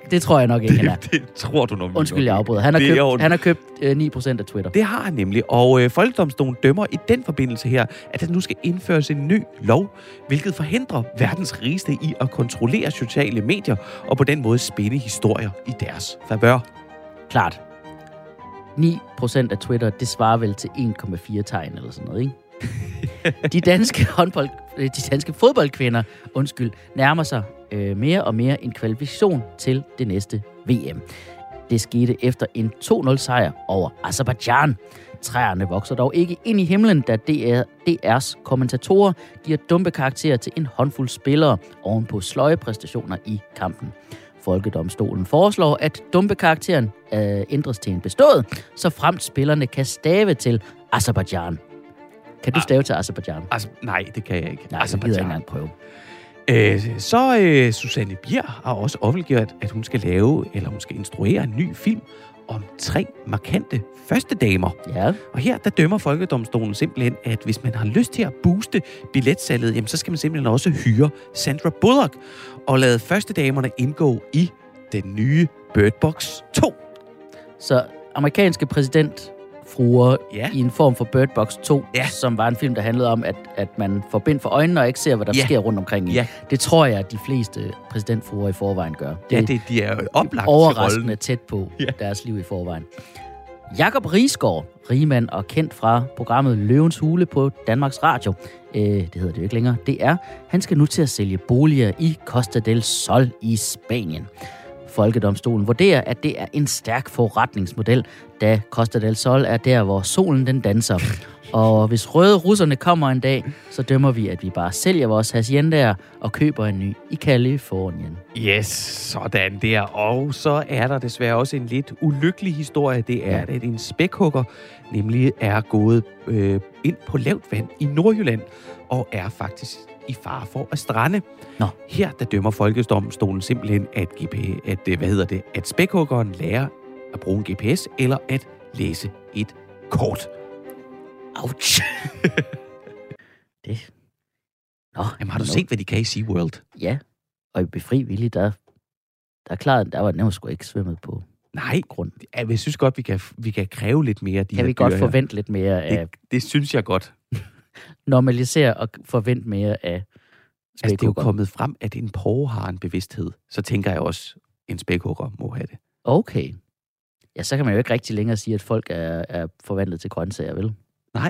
Det tror jeg nok ikke, han er. Det tror du nok. Undskyld, jeg afbryder. Han har købt 9% af Twitter. Det har han nemlig, og Folkedomstolen dømmer i den forbindelse her, at der nu skal indføres en ny lov, hvilket forhindrer verdens rigeste i at kontrollere sociale medier, og på den måde spænde historier i deres favør. Klart. 9% af Twitter, det svarer vel til 1,4 tegn eller sådan noget, ikke? De danske fodboldkvinder, nærmer sig mere og mere en kvalifikation til det næste VM. Det skete efter en 2-0 sejr over Aserbajdsjan. Træerne vokser dog ikke ind i himlen, da DR's kommentatorer giver dumpe karakterer til en håndfuld spillere oven på sløje præstationer i kampen. Folkedomstolen foreslår, at dumpekarakteren ændres til en bestået, så fremt spillerne kan stave til Aserbajdsjan. Kan du stave til Aserbajdsjan? Nej, det kan jeg ikke. Nej, det gider jeg ikke engang prøve. Susanne Bier har også offentliggjort, at hun skal lave, eller hun skal instruere en ny film om 3 markante førstedamer. Ja. Og her, der dømmer Folkedomstolen simpelthen, at hvis man har lyst til at booste billetsalget, jamen, så skal man simpelthen også hyre Sandra Bullock og lade førstedamerne indgå i den nye Bird Box 2. Så amerikanske præsidentfruer i en form for Bird Box 2, som var en film, der handlede om, at man får bind for øjnene og ikke ser, hvad der sker rundt omkring. Ja. Det tror jeg, at de fleste præsidentfruer i forvejen gør. De er oplagt overraskende tæt på deres liv i forvejen. Jakob Risgaard, rigmand og kendt fra programmet Løvens Hule på Danmarks Radio, det hedder det jo ikke længere, han skal nu til at sælge boliger i Costa del Sol i Spanien. Folkedomstolen vurderer, at det er en stærk forretningsmodel, da Costa del Sol er der, hvor solen den danser. Og hvis røde russerne kommer en dag, så dømmer vi, at vi bare sælger vores haciendaer og køber en ny i Kalifornien. Yes, sådan der. Og så er der desværre også en lidt ulykkelig historie. Det er, at en spækhugger nemlig er gået ind på lavt vand i Nordjylland og er faktisk i fare for at strande. Nå. Her der dømmer Folkedomstolen simpelthen, at spækhuggeren lærer at bruge en GPS eller at læse et kort. Ouch. Det. Nå, jamen, har du set, hvad de kan i SeaWorld? Ja, og i Befri Willy, der er klart, der var nærmest sgu ikke svømmet på grund. Jeg synes godt, vi kan kræve lidt mere af de her dyr. Kan vi godt forvente lidt mere af... Det synes jeg godt. Normalisere og forvente mere af spækhugger. Altså, det er jo kommet frem, at en porre har en bevidsthed. Så tænker jeg også, en spækhugger må have det. Okay. Ja, så kan man jo ikke rigtig længere sige, at folk er forvandlet til grøntsager, vel? Nej.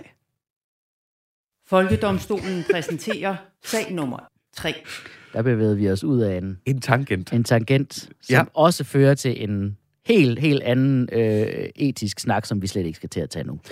Folkedomstolen præsenterer sag nummer 3. Der bevægede vi os ud af en tangent. En tangent, som også fører til en helt anden etisk snak, som vi slet ikke skal til at tage nu.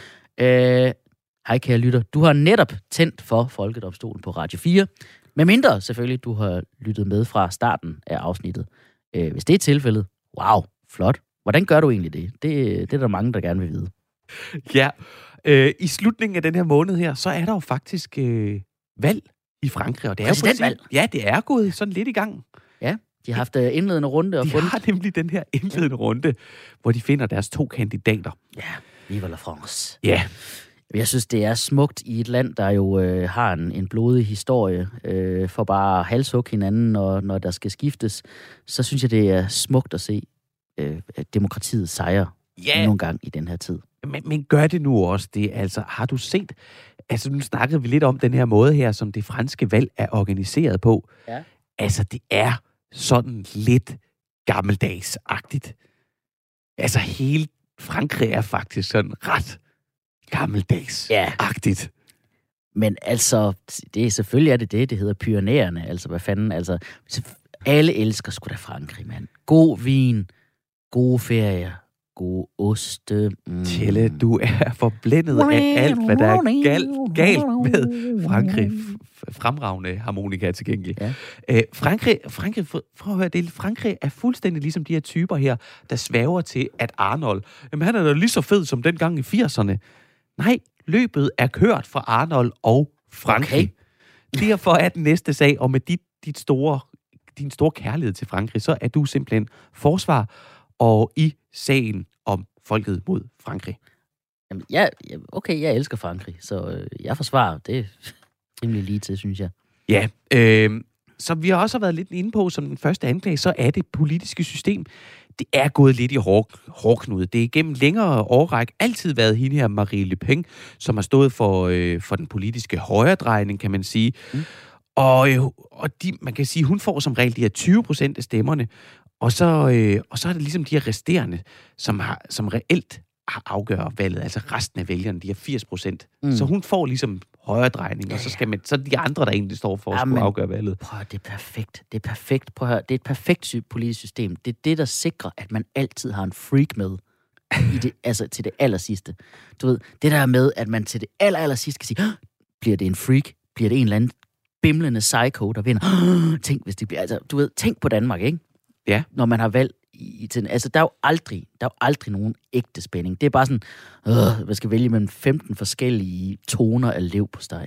Hej kære lytter, du har netop tændt for Folkedomstolen på Radio 4. Med mindre selvfølgelig, du har lyttet med fra starten af afsnittet. Hvis det er tilfældet, wow, flot. Hvordan gør du egentlig det? Det er der mange, der gerne vil vide. Ja, i slutningen af den her måned her, så er der jo faktisk valg i Frankrig. Og det er præsidentvalg? Ja, det er gået sådan lidt i gang. Ja, de har haft indledende runde. Og de har nemlig den her indledende runde, hvor de finder deres 2 kandidater. Ja, vive la France. Ja. Jeg synes, det er smukt i et land, der jo har en blodig historie for bare at halshugge hinanden, når der skal skiftes. Så synes jeg, det er smukt at se demokratiet sejre nogle gang i den her tid. Men gør det nu også det? Altså, har du set... Altså, nu snakkede vi lidt om den her måde her, som det franske valg er organiseret på. Ja. Altså, det er sådan lidt gammeldagsagtigt. Altså, hele Frankrig er faktisk sådan ret gammeldagsagtigt. Men altså, selvfølgelig er det hedder Pyrenæerne. Altså, hvad fanden, altså... Alle elsker sgu da Frankrig, mand. God vin, gode ferier, gode oste. Tjelle, du er forblændet af alt, hvad der er galt med Frankrig. Fremragende harmonika tilgængelig. Ja. Frankrig, prøv at høre, Frankrig er fuldstændig ligesom de her typer her, der svæver til, at Arnold, jamen han er da lige så fed som dengang i 80'erne. Nej, løbet er kørt fra Arnold og Frankrig. Okay. Derfor er den næste sag, og med din store kærlighed til Frankrig, så er du simpelthen forsvar og i sagen om folket mod Frankrig. Jamen, jeg elsker Frankrig, så jeg forsvarer det rimelig lige til, synes jeg. Ja, som vi også har været lidt inde på som den første anklage, så er det politiske system, det er gået lidt i hårdknude. Det er igennem længere årrække altid været hende her, Marie Le Pen, som har stået for den politiske højredrejning, kan man sige. Og man kan sige, hun får som regel de her 20% af stemmerne, og så er det ligesom de her resterende, som reelt afgør valget, altså resten af vælgerne, de her 80%. Så hun får ligesom højredrejning, og så er det de andre, der egentlig står for at skulle afgøre valget. Prøv, det er perfekt. Det er perfekt. Prøv at høre. Det er et perfekt politisk system. Det er det, der sikrer, at man altid har en freak med. Altså til det allersidste. Du ved, det der med, at man til det allersidste kan sige, bliver det en freak? Bliver det en eller anden bimlende psycho, der vinder? Tænk, hvis det bliver... Altså, du ved, tænk på Danmark, ikke? Ja. Når man har valgt altså, der er jo aldrig nogen ægte spænding. Det er bare sådan, man skal vælge mellem 15 forskellige toner af leverpostej.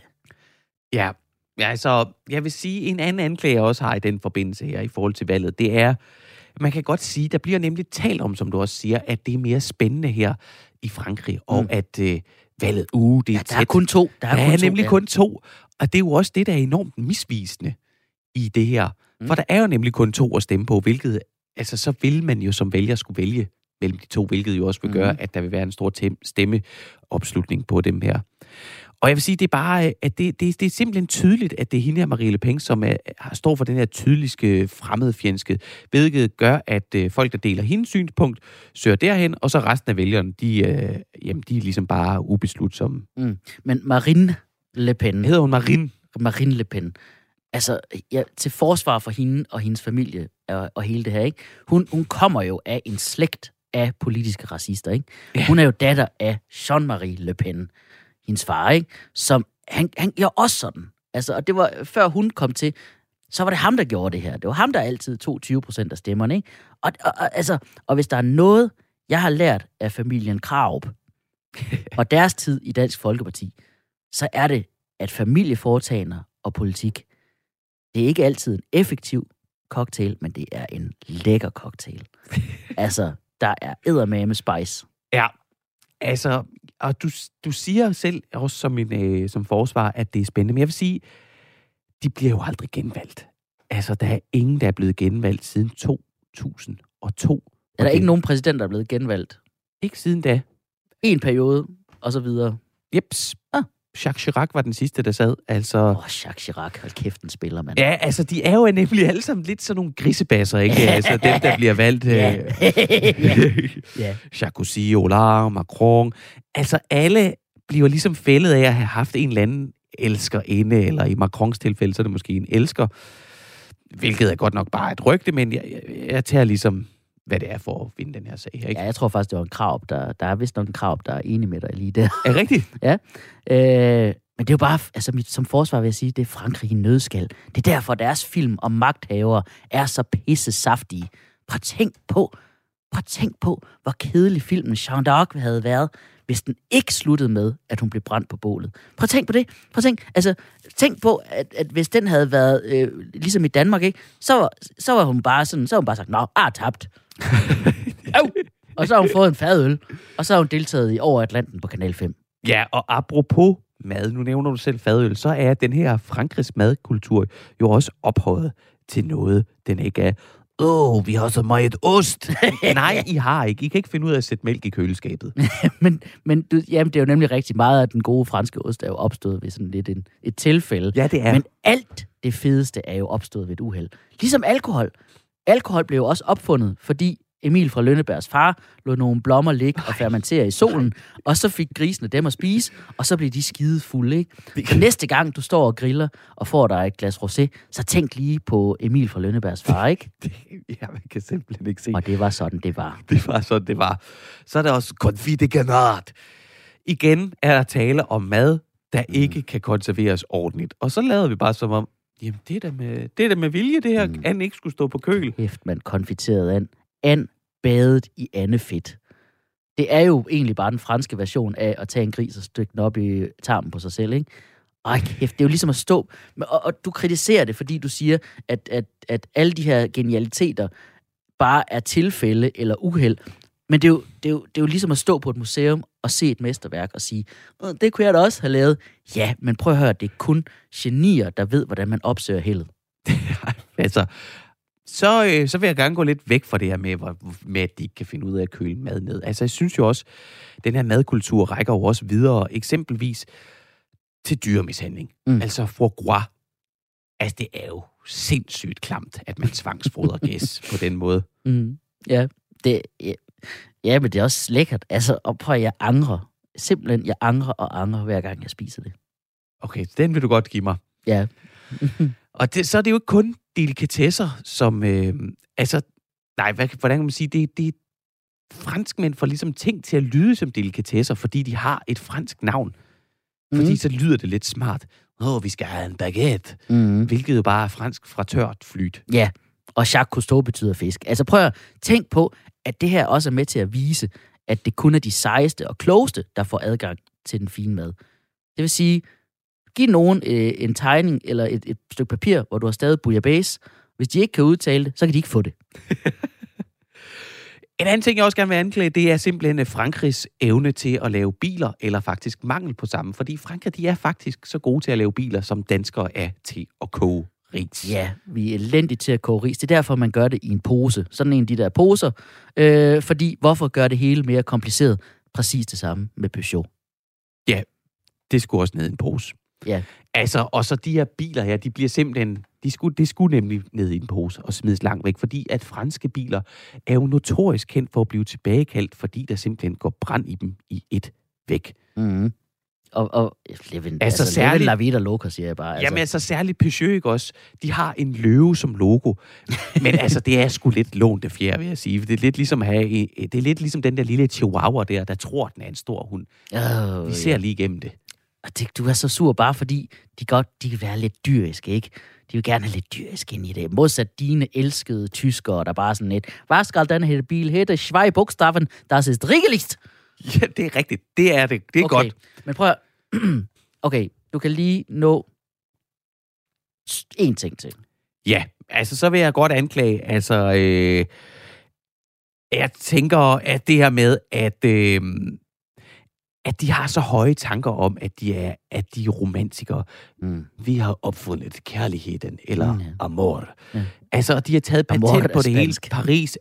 Ja, altså, jeg vil sige, en anden anklage, jeg også har i den forbindelse her i forhold til valget, det er, man kan godt sige, der bliver nemlig talt om, som du også siger, at det er mere spændende her i Frankrig, og at valget, det er tæt. Der er kun to. Der er nemlig kun to, og det er jo også det, der er enormt misvisende i det her. For der er jo nemlig kun to at stemme på, hvilket, altså så vil man jo som vælger skulle vælge mellem de to, hvilket jo også vil gøre, at der vil være en stor stemmeopslutning på dem her. Og jeg vil sige, det er bare, at det er simpelthen tydeligt, at det er hende her, Marie Le Pen, som står for den her tydelige fremmedfjendske, hvilket gør, at folk, der deler hendes synspunkt, søger derhen, og så resten af vælgerne, de er ligesom bare ubeslutsomme. Men Marine Le Pen... Hedder hun Marine? Marine Le Pen. Altså, til forsvar for hende og hendes familie og hele det her, ikke? Hun kommer jo af en slægt af politiske racister, ikke? Ja. Hun er jo datter af Jean-Marie Le Pen, hendes far, ikke? Som, han gjorde også sådan. Altså, og det var, før hun kom til, så var det ham, der gjorde det her. Det var ham, der altid tog 20% af stemmerne, ikke? Og hvis der er noget, jeg har lært af familien Krarup, og deres tid i Dansk Folkeparti, så er det, at familieforetagender og politik, det er ikke altid en effektiv cocktail, men det er en lækker cocktail. Altså, der er eddermame spice. Ja, altså, og du siger selv også som forsvar, at det er spændende, men jeg vil sige, de bliver jo aldrig genvalgt. Altså, der er ingen, der er blevet genvalgt siden 2002. Er der ikke nogen præsident, der er blevet genvalgt? Ikke siden da. En periode, og så videre. Jeps. Jacques Chirac var den sidste, der sad. Altså... Jacques Chirac, hold kæft, den spiller, mand. Ja, altså, de er jo nemlig alle sammen lidt sådan nogle grisebasser, ikke? Altså, dem, der bliver valgt. Sarkozy, Hollande, Macron. Altså, alle bliver ligesom fældet af at have haft en eller anden elskerinde, eller i Macrons tilfælde, så er det måske en elsker. Hvilket er godt nok bare et rygte, men jeg tager ligesom, hvad det er for at vinde den her sag her, ikke? Ja, jeg tror faktisk, det var en krav, der er vist nok en krav, der er enig med dig lige der. Er det rigtigt? Ja. Men det er jo bare, altså som forsvar vil jeg sige, det er Frankrig i nødskal. Det er derfor, deres film om magthavere er så pisse saftige. Prøv at tænk på, hvor kedelig filmen Jeanne d'Arc havde været, hvis den ikke sluttede med, at hun blev brændt på bålet. Prøv at tænk på det. Tænk på, at hvis den havde været ligesom i Danmark, ikke, så var hun bare sådan, så har hun bare sagt, tabt. Og så har hun fået en fadøl, og så har hun deltaget i Over Atlanten på Kanal 5. Ja, og apropos mad, nu nævner du selv fadøl, så er den her Frankrigs madkultur jo også ophøjet til noget, den ikke er. Vi har så meget ost. Nej, I har ikke. I kan ikke finde ud af at sætte mælk i køleskabet. men det er jo nemlig rigtig meget, at den gode franske ost er jo opstået ved sådan lidt et tilfælde. Ja, det er. Men alt det fedeste er jo opstået ved et uheld. Ligesom alkohol. Alkohol blev jo også opfundet, fordi Emil fra Lønnebergs far lod nogle blommer ligge og fermentere i solen, og så fik grisene dem at spise, og så blev de skide fulde, ikke? Så næste gang, du står og griller og får dig et glas rosé, så tænk lige på Emil fra Lønnebergs far, ikke? Ja, man kan simpelthen ikke se. Og det var sådan, det var. Det var sådan, det var. Så er der også confit de canard. Igen er der tale om mad, der ikke kan konserveres ordentligt. Og så lavede vi bare som om, jamen det er da med vilje, det her and ikke skulle stå på køl. Kæft, man, konfiteret and. And badet i andefedt. Det er jo egentlig bare den franske version af at tage en gris og stykke den op i tarmen på sig selv, ikke? Ej, kæft, det er jo ligesom at stå... Og du kritiserer det, fordi du siger, at alle de her genialiteter bare er tilfælde eller uheld. Men det er jo ligesom at stå på et museum og se et mesterværk og sige, det kunne jeg da også have lavet. Ja, men prøv at høre, det er kun genier, der ved, hvordan man opsøger heldet. Altså, så vil jeg gerne gå lidt væk fra det her med, at de ikke kan finde ud af at køle mad ned. Altså, jeg synes jo også, den her madkultur rækker jo også videre, eksempelvis til dyremishandling. Altså, foie gras. Altså, det er jo sindssygt klamt, at man tvangsfodrer gæs på den måde. Ja, men det er også lækkert. Altså, og prøv at jeg angrer. Simpelthen, jeg angrer hver gang, jeg spiser det. Okay, den vil du godt give mig. Ja. Og så er det jo ikke kun delikatesser, som... hvordan kan man sige? Det franskmænd får ligesom ting til at lyde som delikatesser, fordi de har et fransk navn. Fordi så lyder det lidt smart. Vi skal have en baguette. Hvilket jo bare er fransk fra tørt flyt. Ja, og Jacques Cousteau betyder fisk. Altså prøv at tænk på, at det her også er med til at vise, at det kun er de sejeste og klogeste, der får adgang til den fine mad. Det vil sige, giv nogen en tegning eller et stykke papir, hvor du har stadig bouillabaisse. Hvis de ikke kan udtale det, så kan de ikke få det. En anden ting, jeg også gerne vil anklage, det er simpelthen Frankrigs evne til at lave biler, eller faktisk mangel på samme. Fordi Frankrig, de er faktisk så gode til at lave biler, som danskere er til at koge ris. Ja, vi er elendige til at koge ris. Det er derfor, man gør det i en pose. Sådan en af de der poser. Fordi, hvorfor gør det hele mere kompliceret? Præcis det samme med Peugeot. Ja, det skulle også ned i en pose. Ja. Altså, og så de her biler her, de bliver simpelthen... Det skulle nemlig ned i en pose og smides langt væk, fordi at franske biler er jo notorisk kendt for at blive tilbagekaldt, fordi der simpelthen går brand i dem i et væk. Mm-hmm. Og særligt La Vida Loca, siger jeg bare. Altså. Jamen altså særligt Peugeot, ikke også? De har en løve som logo. Men altså, det er sgu lidt lånte fjer, vil jeg sige. Det er lidt ligesom den der lille chihuahua der tror, den er en stor hund. Vi ser lige igennem det. Du er så sur bare fordi, de kan være lidt dyriske, ikke? De vil gerne have lidt dyrisk ind i det. Modsat dine elskede tyskere, der bare sådan lidt, hvad skal den her bil hedde? Zwei Buchstaben, das ist rigtigt. Ja, det er rigtigt. Det er det. Det er okay. Godt. Men prøv at... Okay, du kan lige nå én ting til. Ja, altså så vil jeg godt anklage, altså... jeg tænker, at det her med, at de har så høje tanker om, at de er romantikere. Vi har opfundet kærligheden, eller amor. Ja. Altså, de har taget patent på det hele. Paris...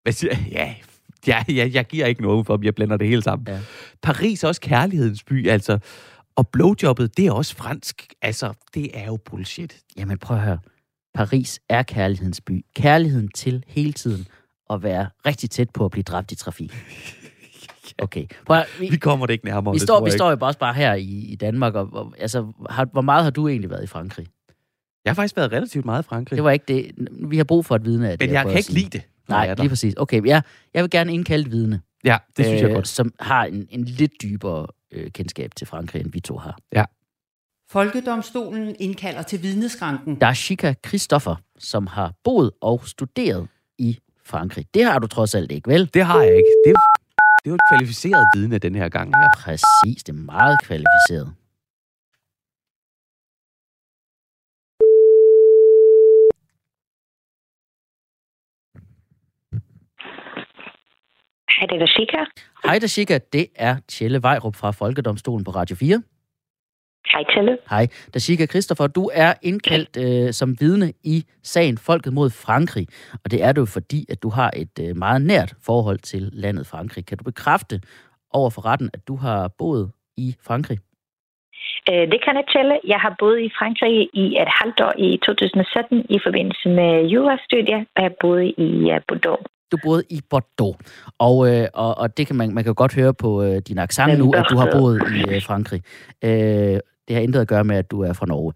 Jeg giver ikke noget for, at jeg blander det hele sammen. Ja. Paris er også kærlighedens by, altså. Og blowjobbet, det er også fransk. Altså, det er jo bullshit. Jamen, prøv at høre. Paris er kærlighedens by. Kærligheden til hele tiden at være rigtig tæt på at blive dræbt i trafik. Okay. Vi kommer det ikke nærmere. Vi står jo bare her i Danmark, og altså, hvor meget har du egentlig været i Frankrig? Jeg har faktisk været relativt meget i Frankrig. Det var ikke det. Vi har brug for et vidne af det. Men jeg kan ikke lide det. Nej, lige præcis. Okay, jeg vil gerne indkalde et vidne. Ja, det synes jeg godt. Som har en lidt dybere kendskab til Frankrig, end vi to har. Ja. Folkedomstolen indkalder til vidneskranken. Dashika Christoffer, som har boet og studeret i Frankrig. Det har du trods alt ikke, vel? Det har jeg ikke. Det er jo et kvalificeret vidne den her gang. Ja. Præcis, det er meget kvalificeret. Hej, det er Dashika. Hej Dashika, det er Tjelle Vejrup fra Folkedomstolen på Radio 4. Hej Tjelle. Hej. Dashika Christoffer, du er indkaldt som vidne i sagen Folket mod Frankrig. Og det er du fordi, at du har et meget nært forhold til landet Frankrig. Kan du bekræfte over for retten, at du har boet i Frankrig? Det kan jeg tælle. Jeg har boet i Frankrig i et halvt år i 2017 i forbindelse med jurastudier, og jeg boede i Bordeaux. Du boede i Bordeaux, og det kan man kan godt høre på din accent nu, at du har boet i Frankrig. Det har intet at gøre med, at du er fra Norge.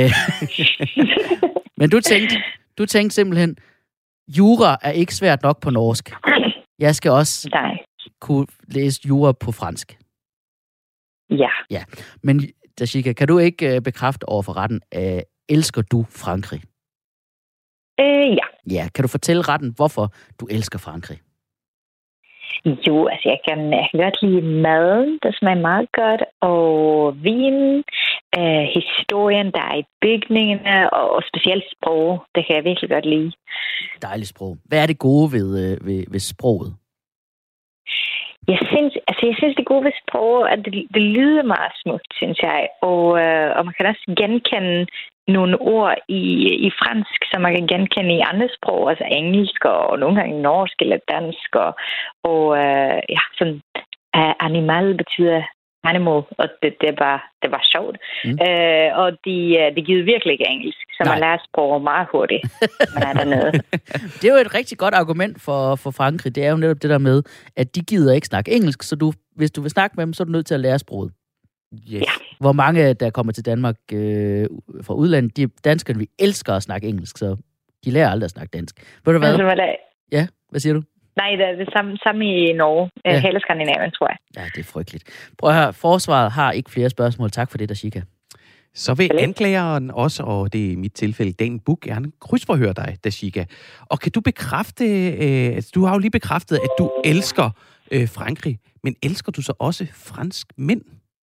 Men du tænkte simpelthen, jura er ikke svært nok på norsk. Jeg skal også kunne læse jura på fransk. Ja. Men Dashika, kan du ikke bekræfte over for retten, elsker du Frankrig? Ja. Ja, kan du fortælle retten, hvorfor du elsker Frankrig? Jo, altså jeg kan godt lide maden, der smager meget godt, og vinen, historien, der er i bygningene, og specielt sprog, det kan jeg virkelig godt lide. Dejligt sprog. Hvad er det gode ved sproget? Jeg synes, Altså, jeg synes, det gode ved sprog, at det lyder meget smukt, synes jeg. Og man kan også genkende nogle ord i fransk, som man kan genkende i andre sprog, altså engelsk og nogle gange norsk eller dansk. Og sådan animal betyder animal, og det var sjovt. Og de giver virkelig ikke engelsk, så man lærer sprog meget hurtigt, man er dernede. Det er jo et rigtig godt argument for Frankrig. Det er jo netop det der med, at de gider ikke snakke engelsk, så hvis du vil snakke med dem, så er du nødt til at lære sproget. Yes. Ja. Hvor mange, der kommer til Danmark fra udlandet, danskerne, vi elsker at snakke engelsk, så de lærer aldrig at snakke dansk. Ved du hvad? Altså, Ja, hvad siger du? Nej, det er det samme i Norge. Hele Skandinavien, tror jeg. Ja, det er frygteligt. Prøv at høre, forsvaret har ikke flere spørgsmål. Tak for det, Dashika. Så vil anklageren også, og det er i mit tilfælde Daniel Buch, gerne krydsforhøre dig, Dashika. Og kan du bekræfte, du har jo lige bekræftet, at du elsker Frankrig, men elsker du så også fransk mænd?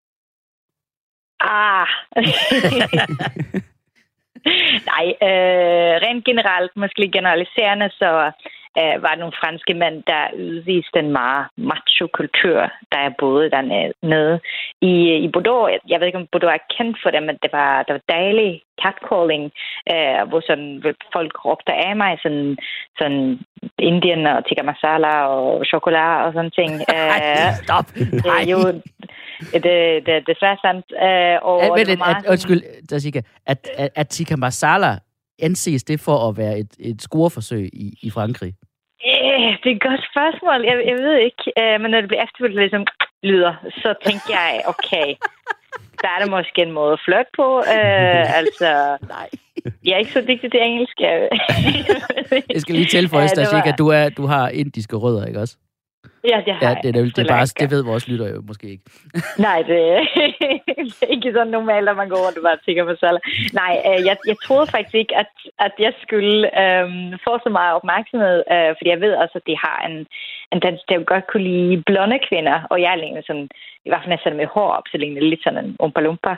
Nej, rent generelt, måske generaliserende, så var der nogle franske mænd, der udviste en meget macho-kultur, der er både dernede. I Bordeaux, jeg ved ikke, om Bordeaux er kendt for det, men det var dejlig catcalling, hvor sådan folk råbte af mig, sådan Indien og tikka masala og chokolade og sådan ting. Stop! Nej. Jo, det er svært sandt. Undskyld, Dashika, at tikka masala anses det for at være et scoreforsøg i Frankrig? Det er et godt spørgsmål. Jeg ved ikke. Men når det bliver efterfølgende ligesom lyder, så tænker jeg, okay, der er det måske en måde at flirte på. Nej. Jeg er ikke så dygtig til engelsk. Jeg skal lige tilføje, Dashika, at du har indiske rødder, ikke også? Ja, det har jeg. Det er bare, det ved vores lytter jo måske ikke. Nej, det er ikke sådan normalt, at man går rundt og bare tænker på salg. Nej, jeg troede faktisk ikke, at jeg skulle få så meget opmærksomhed, fordi jeg ved også, at de har en dans, der godt kunne lide blonde kvinder, og jeg er lige sådan, i hvert fald næsten med hår op, så ligner lidt sådan en umpa-lumpa.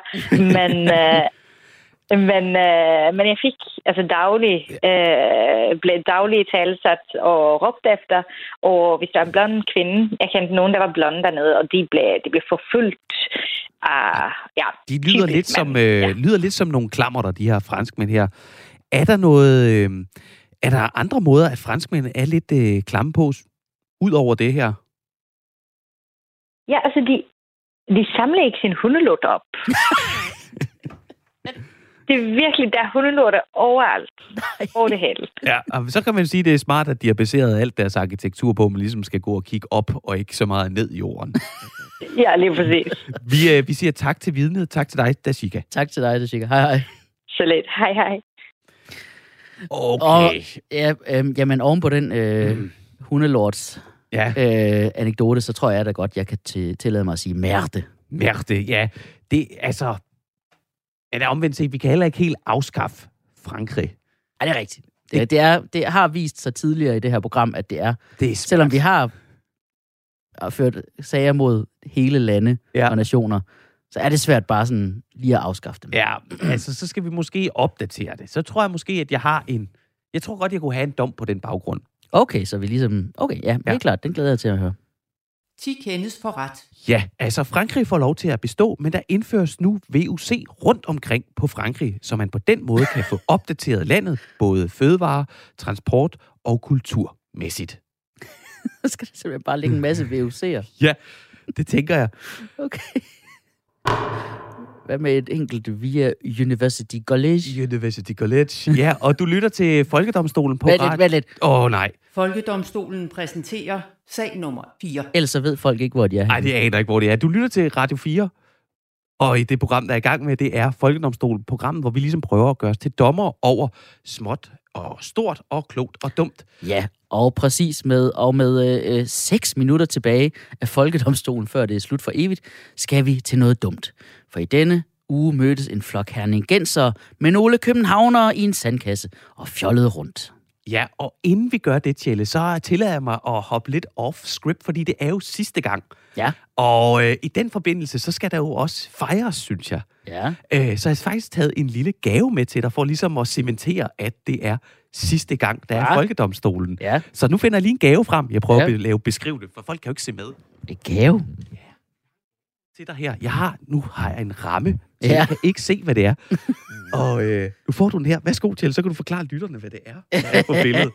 Men jeg fik altså blev dagligt talsat og råbt efter, og hvis der er en blond kvinde, jeg kendte nogen, der var blonde dernede, og de blev forfulgt. De lyder lidt som nogle klammerter, de her franskmænd her. Er der andre måder, at franskmænd er lidt klamme på, ud over det her? Ja, altså de samler ikke sin hundelort op. Det er virkelig, der er hundelorte overalt. Over det hele. Ja, og så kan man sige, at det er smart, at de har baseret alt deres arkitektur på, at man ligesom skal gå og kigge op, og ikke så meget ned i jorden. Ja, lige præcis. Vi siger tak til vidnet. Tak til dig, Dashika. Tak til dig, Dashika. Hej, hej. Så lidt. Hej, hej. Okay. Og, jamen, oven på den hundelorts anekdote, så tror jeg da godt, jeg kan tillade mig at sige merde. Merde, ja. Det altså... Er det omvendt set, vi kan heller ikke helt afskaffe Frankrig. Ja, det er rigtigt. Det har vist sig tidligere i det her program, at det er selvom vi har ført sager mod hele lande og nationer, så er det svært bare sådan lige at afskaffe dem. Ja, altså så skal vi måske opdatere det. Så tror jeg måske, at jeg tror godt, jeg kunne have en dom på den baggrund. Okay, så vi ligesom... Okay, ja, det er klart. Den glæder jeg til at høre. 10 kendes for ret. Ja, altså Frankrig får lov til at bestå, men der indføres nu VUC rundt omkring på Frankrig, så man på den måde kan få opdateret landet, både fødevare, transport og kulturmæssigt. Så skal der simpelthen bare ligge en masse VUC'er. Ja, det tænker jeg. Okay. Hvad med et enkelt via University College? University College, ja, og du lytter til Folkedomstolen på Vent lidt. Nej. Folkedomstolen præsenterer sag nummer 4. Ellers så ved folk ikke, hvor de er. Nej, det aner ikke, hvor de er. Du lytter til Radio 4, og i det program, der er i gang med, det er Folkedomstolen, programmet, hvor vi ligesom prøver at gøre os til dommer over småt og stort og klogt og dumt. Ja, og præcis med 6 minutter tilbage af Folkedomstolen, før det er slut for evigt, skal vi til noget dumt. For i denne uge mødtes en flok herningenser med nogle københavnere i en sandkasse og fjollede rundt. Ja, og inden vi gør det, Tjelle, så tillader jeg mig at hoppe lidt off-script, fordi det er jo sidste gang. Ja. Og i den forbindelse, så skal der jo også fejres, synes jeg. Ja. Så jeg har faktisk taget en lille gave med til dig, for ligesom at cementere, at det er sidste gang, der er Folkedomstolen. Ja. Så nu finder jeg lige en gave frem. Jeg prøver at beskrive det, for folk kan jo ikke se med. En gave? Til dig her. Nu har jeg en ramme, så Ja. jeg kan ikke se, hvad det er. Og nu får du den her. Værsgo til, så kan du forklare lytterne, hvad det er, der er på billedet.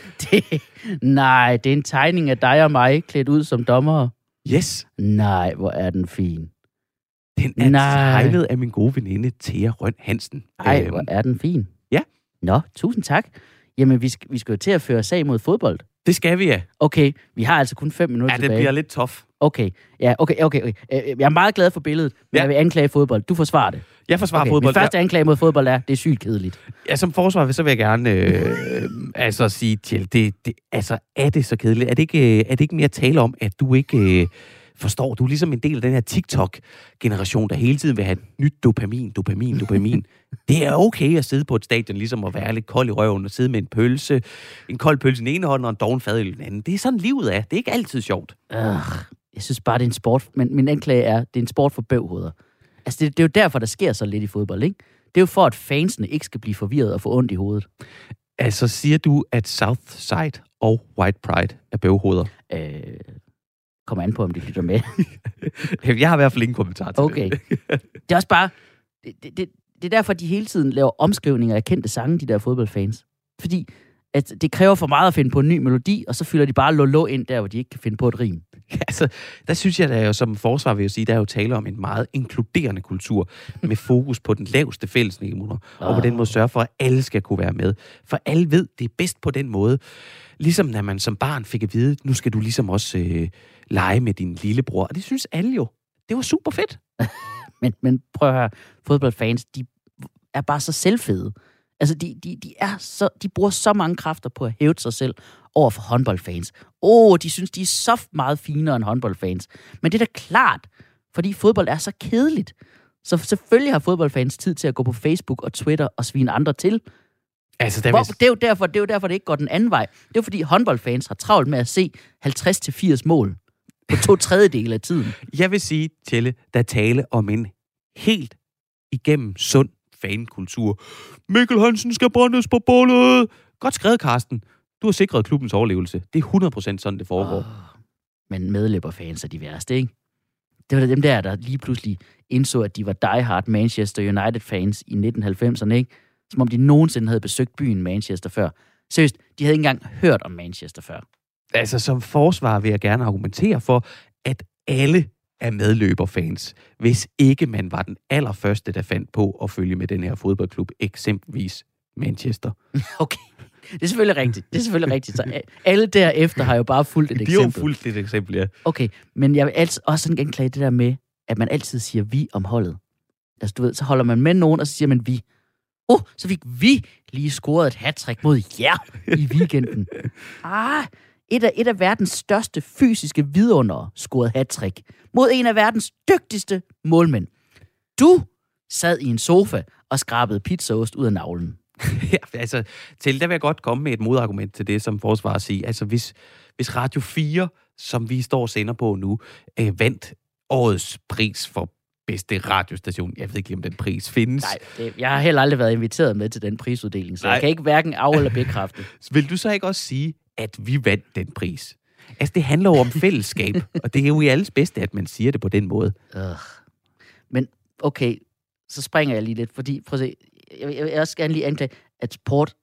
Nej, det er en tegning af dig og mig, klædt ud som dommer. Yes, Nej, hvor er den fin. den er Nej. tegnet af min gode veninde, Thea Røn Hansen. Ej, hvor er den fin. ja. Nå, tusind tak. Jamen, vi skal jo til at føre sag mod fodbold. Det skal vi, ja. Okay, vi har altså kun 5 minutter Ja, det tilbage. bliver lidt tough. Okay, ja, okay. Jeg er meget glad for billedet, men Ja. jeg vil anklage fodbold. Du forsvarer det. Jeg forsvarer Okay, fodbold. min første anklage mod fodbold er, det er sygt kedeligt. Ja, som forsvar, så vil jeg gerne sige til, er det så kedeligt? Er det ikke mere tale om, at du ikke forstår? Du er ligesom en del af den her TikTok-generation, der hele tiden vil have nyt dopamin. Det er okay at sidde på et stadion, ligesom at være lidt kold i røven og sidde med en kold pølse i den ene hånd og en doven fad i den anden. Det er sådan livet er. Det er ikke altid sjovt. Jeg synes bare, det er en sport, men min anklage er, det er en sport for bøvhoveder. Altså, det er jo derfor, der sker så lidt i fodbold, ikke? Det er jo for, at fansene ikke skal blive forvirret og få ondt i hovedet. Altså, siger du, at Southside og White Pride er bøvhoveder? Kommer an på, om de lytter med. Jeg har i hvert fald ingen kommentar til Okay. det. Det er også bare... Det er derfor, de hele tiden laver omskrivninger af kendte sange, de der fodboldfans. Fordi at det kræver for meget at finde på en ny melodi, og så fylder de bare lolo ind der, hvor de ikke kan finde på et rim. Altså, der synes jeg, der er jo som forsvar vil jeg sige, der er jo tale om en meget inkluderende kultur, med fokus på den laveste fællesnævner, og på den måde sørge for, at alle skal kunne være med. For alle ved, det er bedst på den måde. Ligesom når man som barn fik at vide, nu skal du ligesom også lege med din lillebror. Og det synes alle jo. Det var super fedt. Men prøv at høre, fodboldfans, de er bare så selvfede. Altså, de bruger så mange kræfter på at hæve sig selv over for håndboldfans. De synes, de er så meget finere end håndboldfans. Men det er da klart, fordi fodbold er så kedeligt. Så selvfølgelig har fodboldfans tid til at gå på Facebook og Twitter og svine andre til. Altså, Det er jo derfor, det ikke går den anden vej. Det er jo fordi håndboldfans har travlt med at se 50-80 mål på 2/3 af tiden. Jeg vil sige, Tjelle, der tale om en helt igennem sund fankultur. Mikkel Hansen skal brændes på bålet. Godt skrevet, Carsten. Du har sikret klubbens overlevelse. Det er 100% sådan, det foregår. Men medløberfans er de værste, ikke? Det var da dem der lige pludselig indså, at de var diehard Manchester United-fans i 1990'erne, ikke? Som om de nogensinde havde besøgt byen Manchester før. Seriøst, de havde ikke engang hørt om Manchester før. Altså, som forsvar vil jeg gerne argumentere for, at alle er medløberfans, hvis ikke man var den allerførste, der fandt på at følge med den her fodboldklub, eksempelvis Manchester. Okay, det er selvfølgelig rigtigt. Så alle derefter har jo bare fulgt et eksempel. De har jo fulgt et eksempel, ja. Okay, men jeg vil også sådan anklage det der med, at man altid siger vi om holdet. Altså, du ved, så holder man med nogen, og så siger man vi. Så fik vi lige scoret et hattrick mod jer i weekenden. Et af verdens største fysiske vidundere scorede hattrick mod en af verdens dygtigste målmænd. Du sad i en sofa og skrabede pizzaost ud af navlen. Ja, altså, der vil jeg godt komme med et modargument til det, som forsvarer siger. Altså, hvis Radio 4, som vi står og sender på nu, vandt årets pris for bedste radiostation. Jeg ved ikke lige, om den pris findes. Nej, jeg har heller aldrig været inviteret med til den prisuddeling, så jeg kan ikke hverken af- eller bekræfte. Vil du så ikke også sige, at vi vandt den pris? Altså, det handler jo om fællesskab, og det er jo i alles bedste, at man siger det på den måde. Men okay, så springer jeg lige lidt, fordi prøv at se, jeg vil også gerne lige anklage, at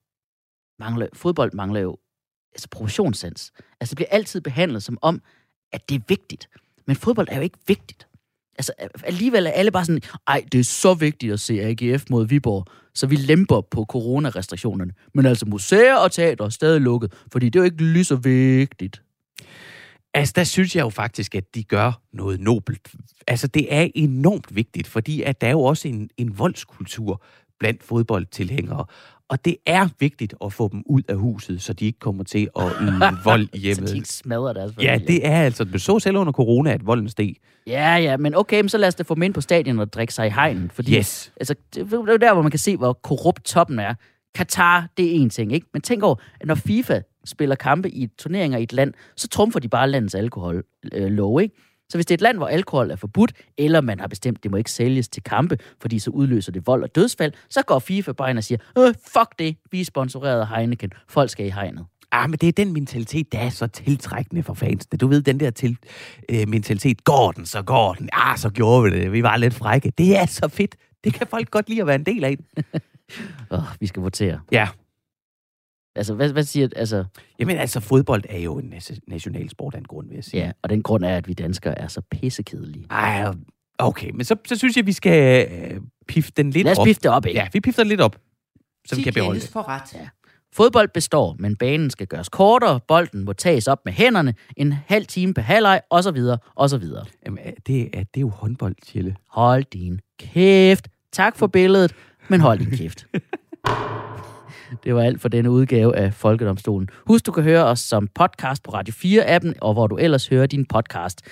fodbold mangler jo altså proportionssans. Altså, det bliver altid behandlet som om, at det er vigtigt. Men fodbold er jo ikke vigtigt. Altså, alligevel er alle bare sådan, det er så vigtigt at se AGF mod Viborg, så vi lemper på coronarestriktionerne. Men altså, museer og teater er stadig lukket, fordi det er jo ikke lige så vigtigt. Altså, der synes jeg jo faktisk, at de gør noget nobelt. Altså, det er enormt vigtigt, fordi at der er jo også en voldskultur blandt fodboldtilhængere. Og det er vigtigt at få dem ud af huset, så de ikke kommer til at yde vold i hjemmet. Så de ikke smadrer deres familie. Ja, det er altså... Du så selv under corona, at volden steg. Ja, men okay, men så lad os da få dem ind på stadion og drikke sig i hegnen. Fordi, yes. Altså, det er jo der, hvor man kan se, hvor korrupt toppen er. Katar, det er en ting, ikke? Men tænk over, at når FIFA spiller kampe i turneringer i et land, så trumfer de bare landets alkohollov, ikke? Så hvis det er et land, hvor alkohol er forbudt, eller man har bestemt, det må ikke sælges til kampe, fordi så udløser det vold og dødsfald, så går FIFA bare ind og siger, fuck det, vi er sponsoreret af Heineken, folk skal i hegnet. men det er den mentalitet, der er så tiltrækkende for fansene. Du ved, den der mentalitet, går den, så går den. Så gjorde vi det. Vi var lidt frække. Det er så fedt. Det kan folk godt lide at være en del af. Vi skal votere. Ja. Altså, hvad siger du? Altså... Jamen, altså, fodbold er jo en nationalsport af en grund, vil jeg sige. Ja, og den grund er, at vi danskere er så pissekedelige. Ej, okay, men så synes jeg, vi skal pifte den lidt op. Lad os pifte det op, ikke? Ja, vi pifter den lidt op, så vi kan beholde det. For ret. Ja. Fodbold består, men banen skal gøres kortere, bolden må tages op med hænderne, en halv time per halvleg, osv., osv. Jamen, det er jo håndbold, Tjelle. Hold din kæft. Tak for billedet, men hold din kæft. Det var alt for denne udgave af Folkedomstolen. Husk, du kan høre os som podcast på Radio 4-appen, og hvor du ellers hører din podcast.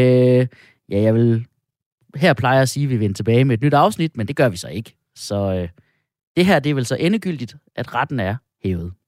Her plejer jeg at sige, at vi vender tilbage med et nyt afsnit, men det gør vi så ikke. Så det her, det er vel så endegyldigt, at retten er hævet.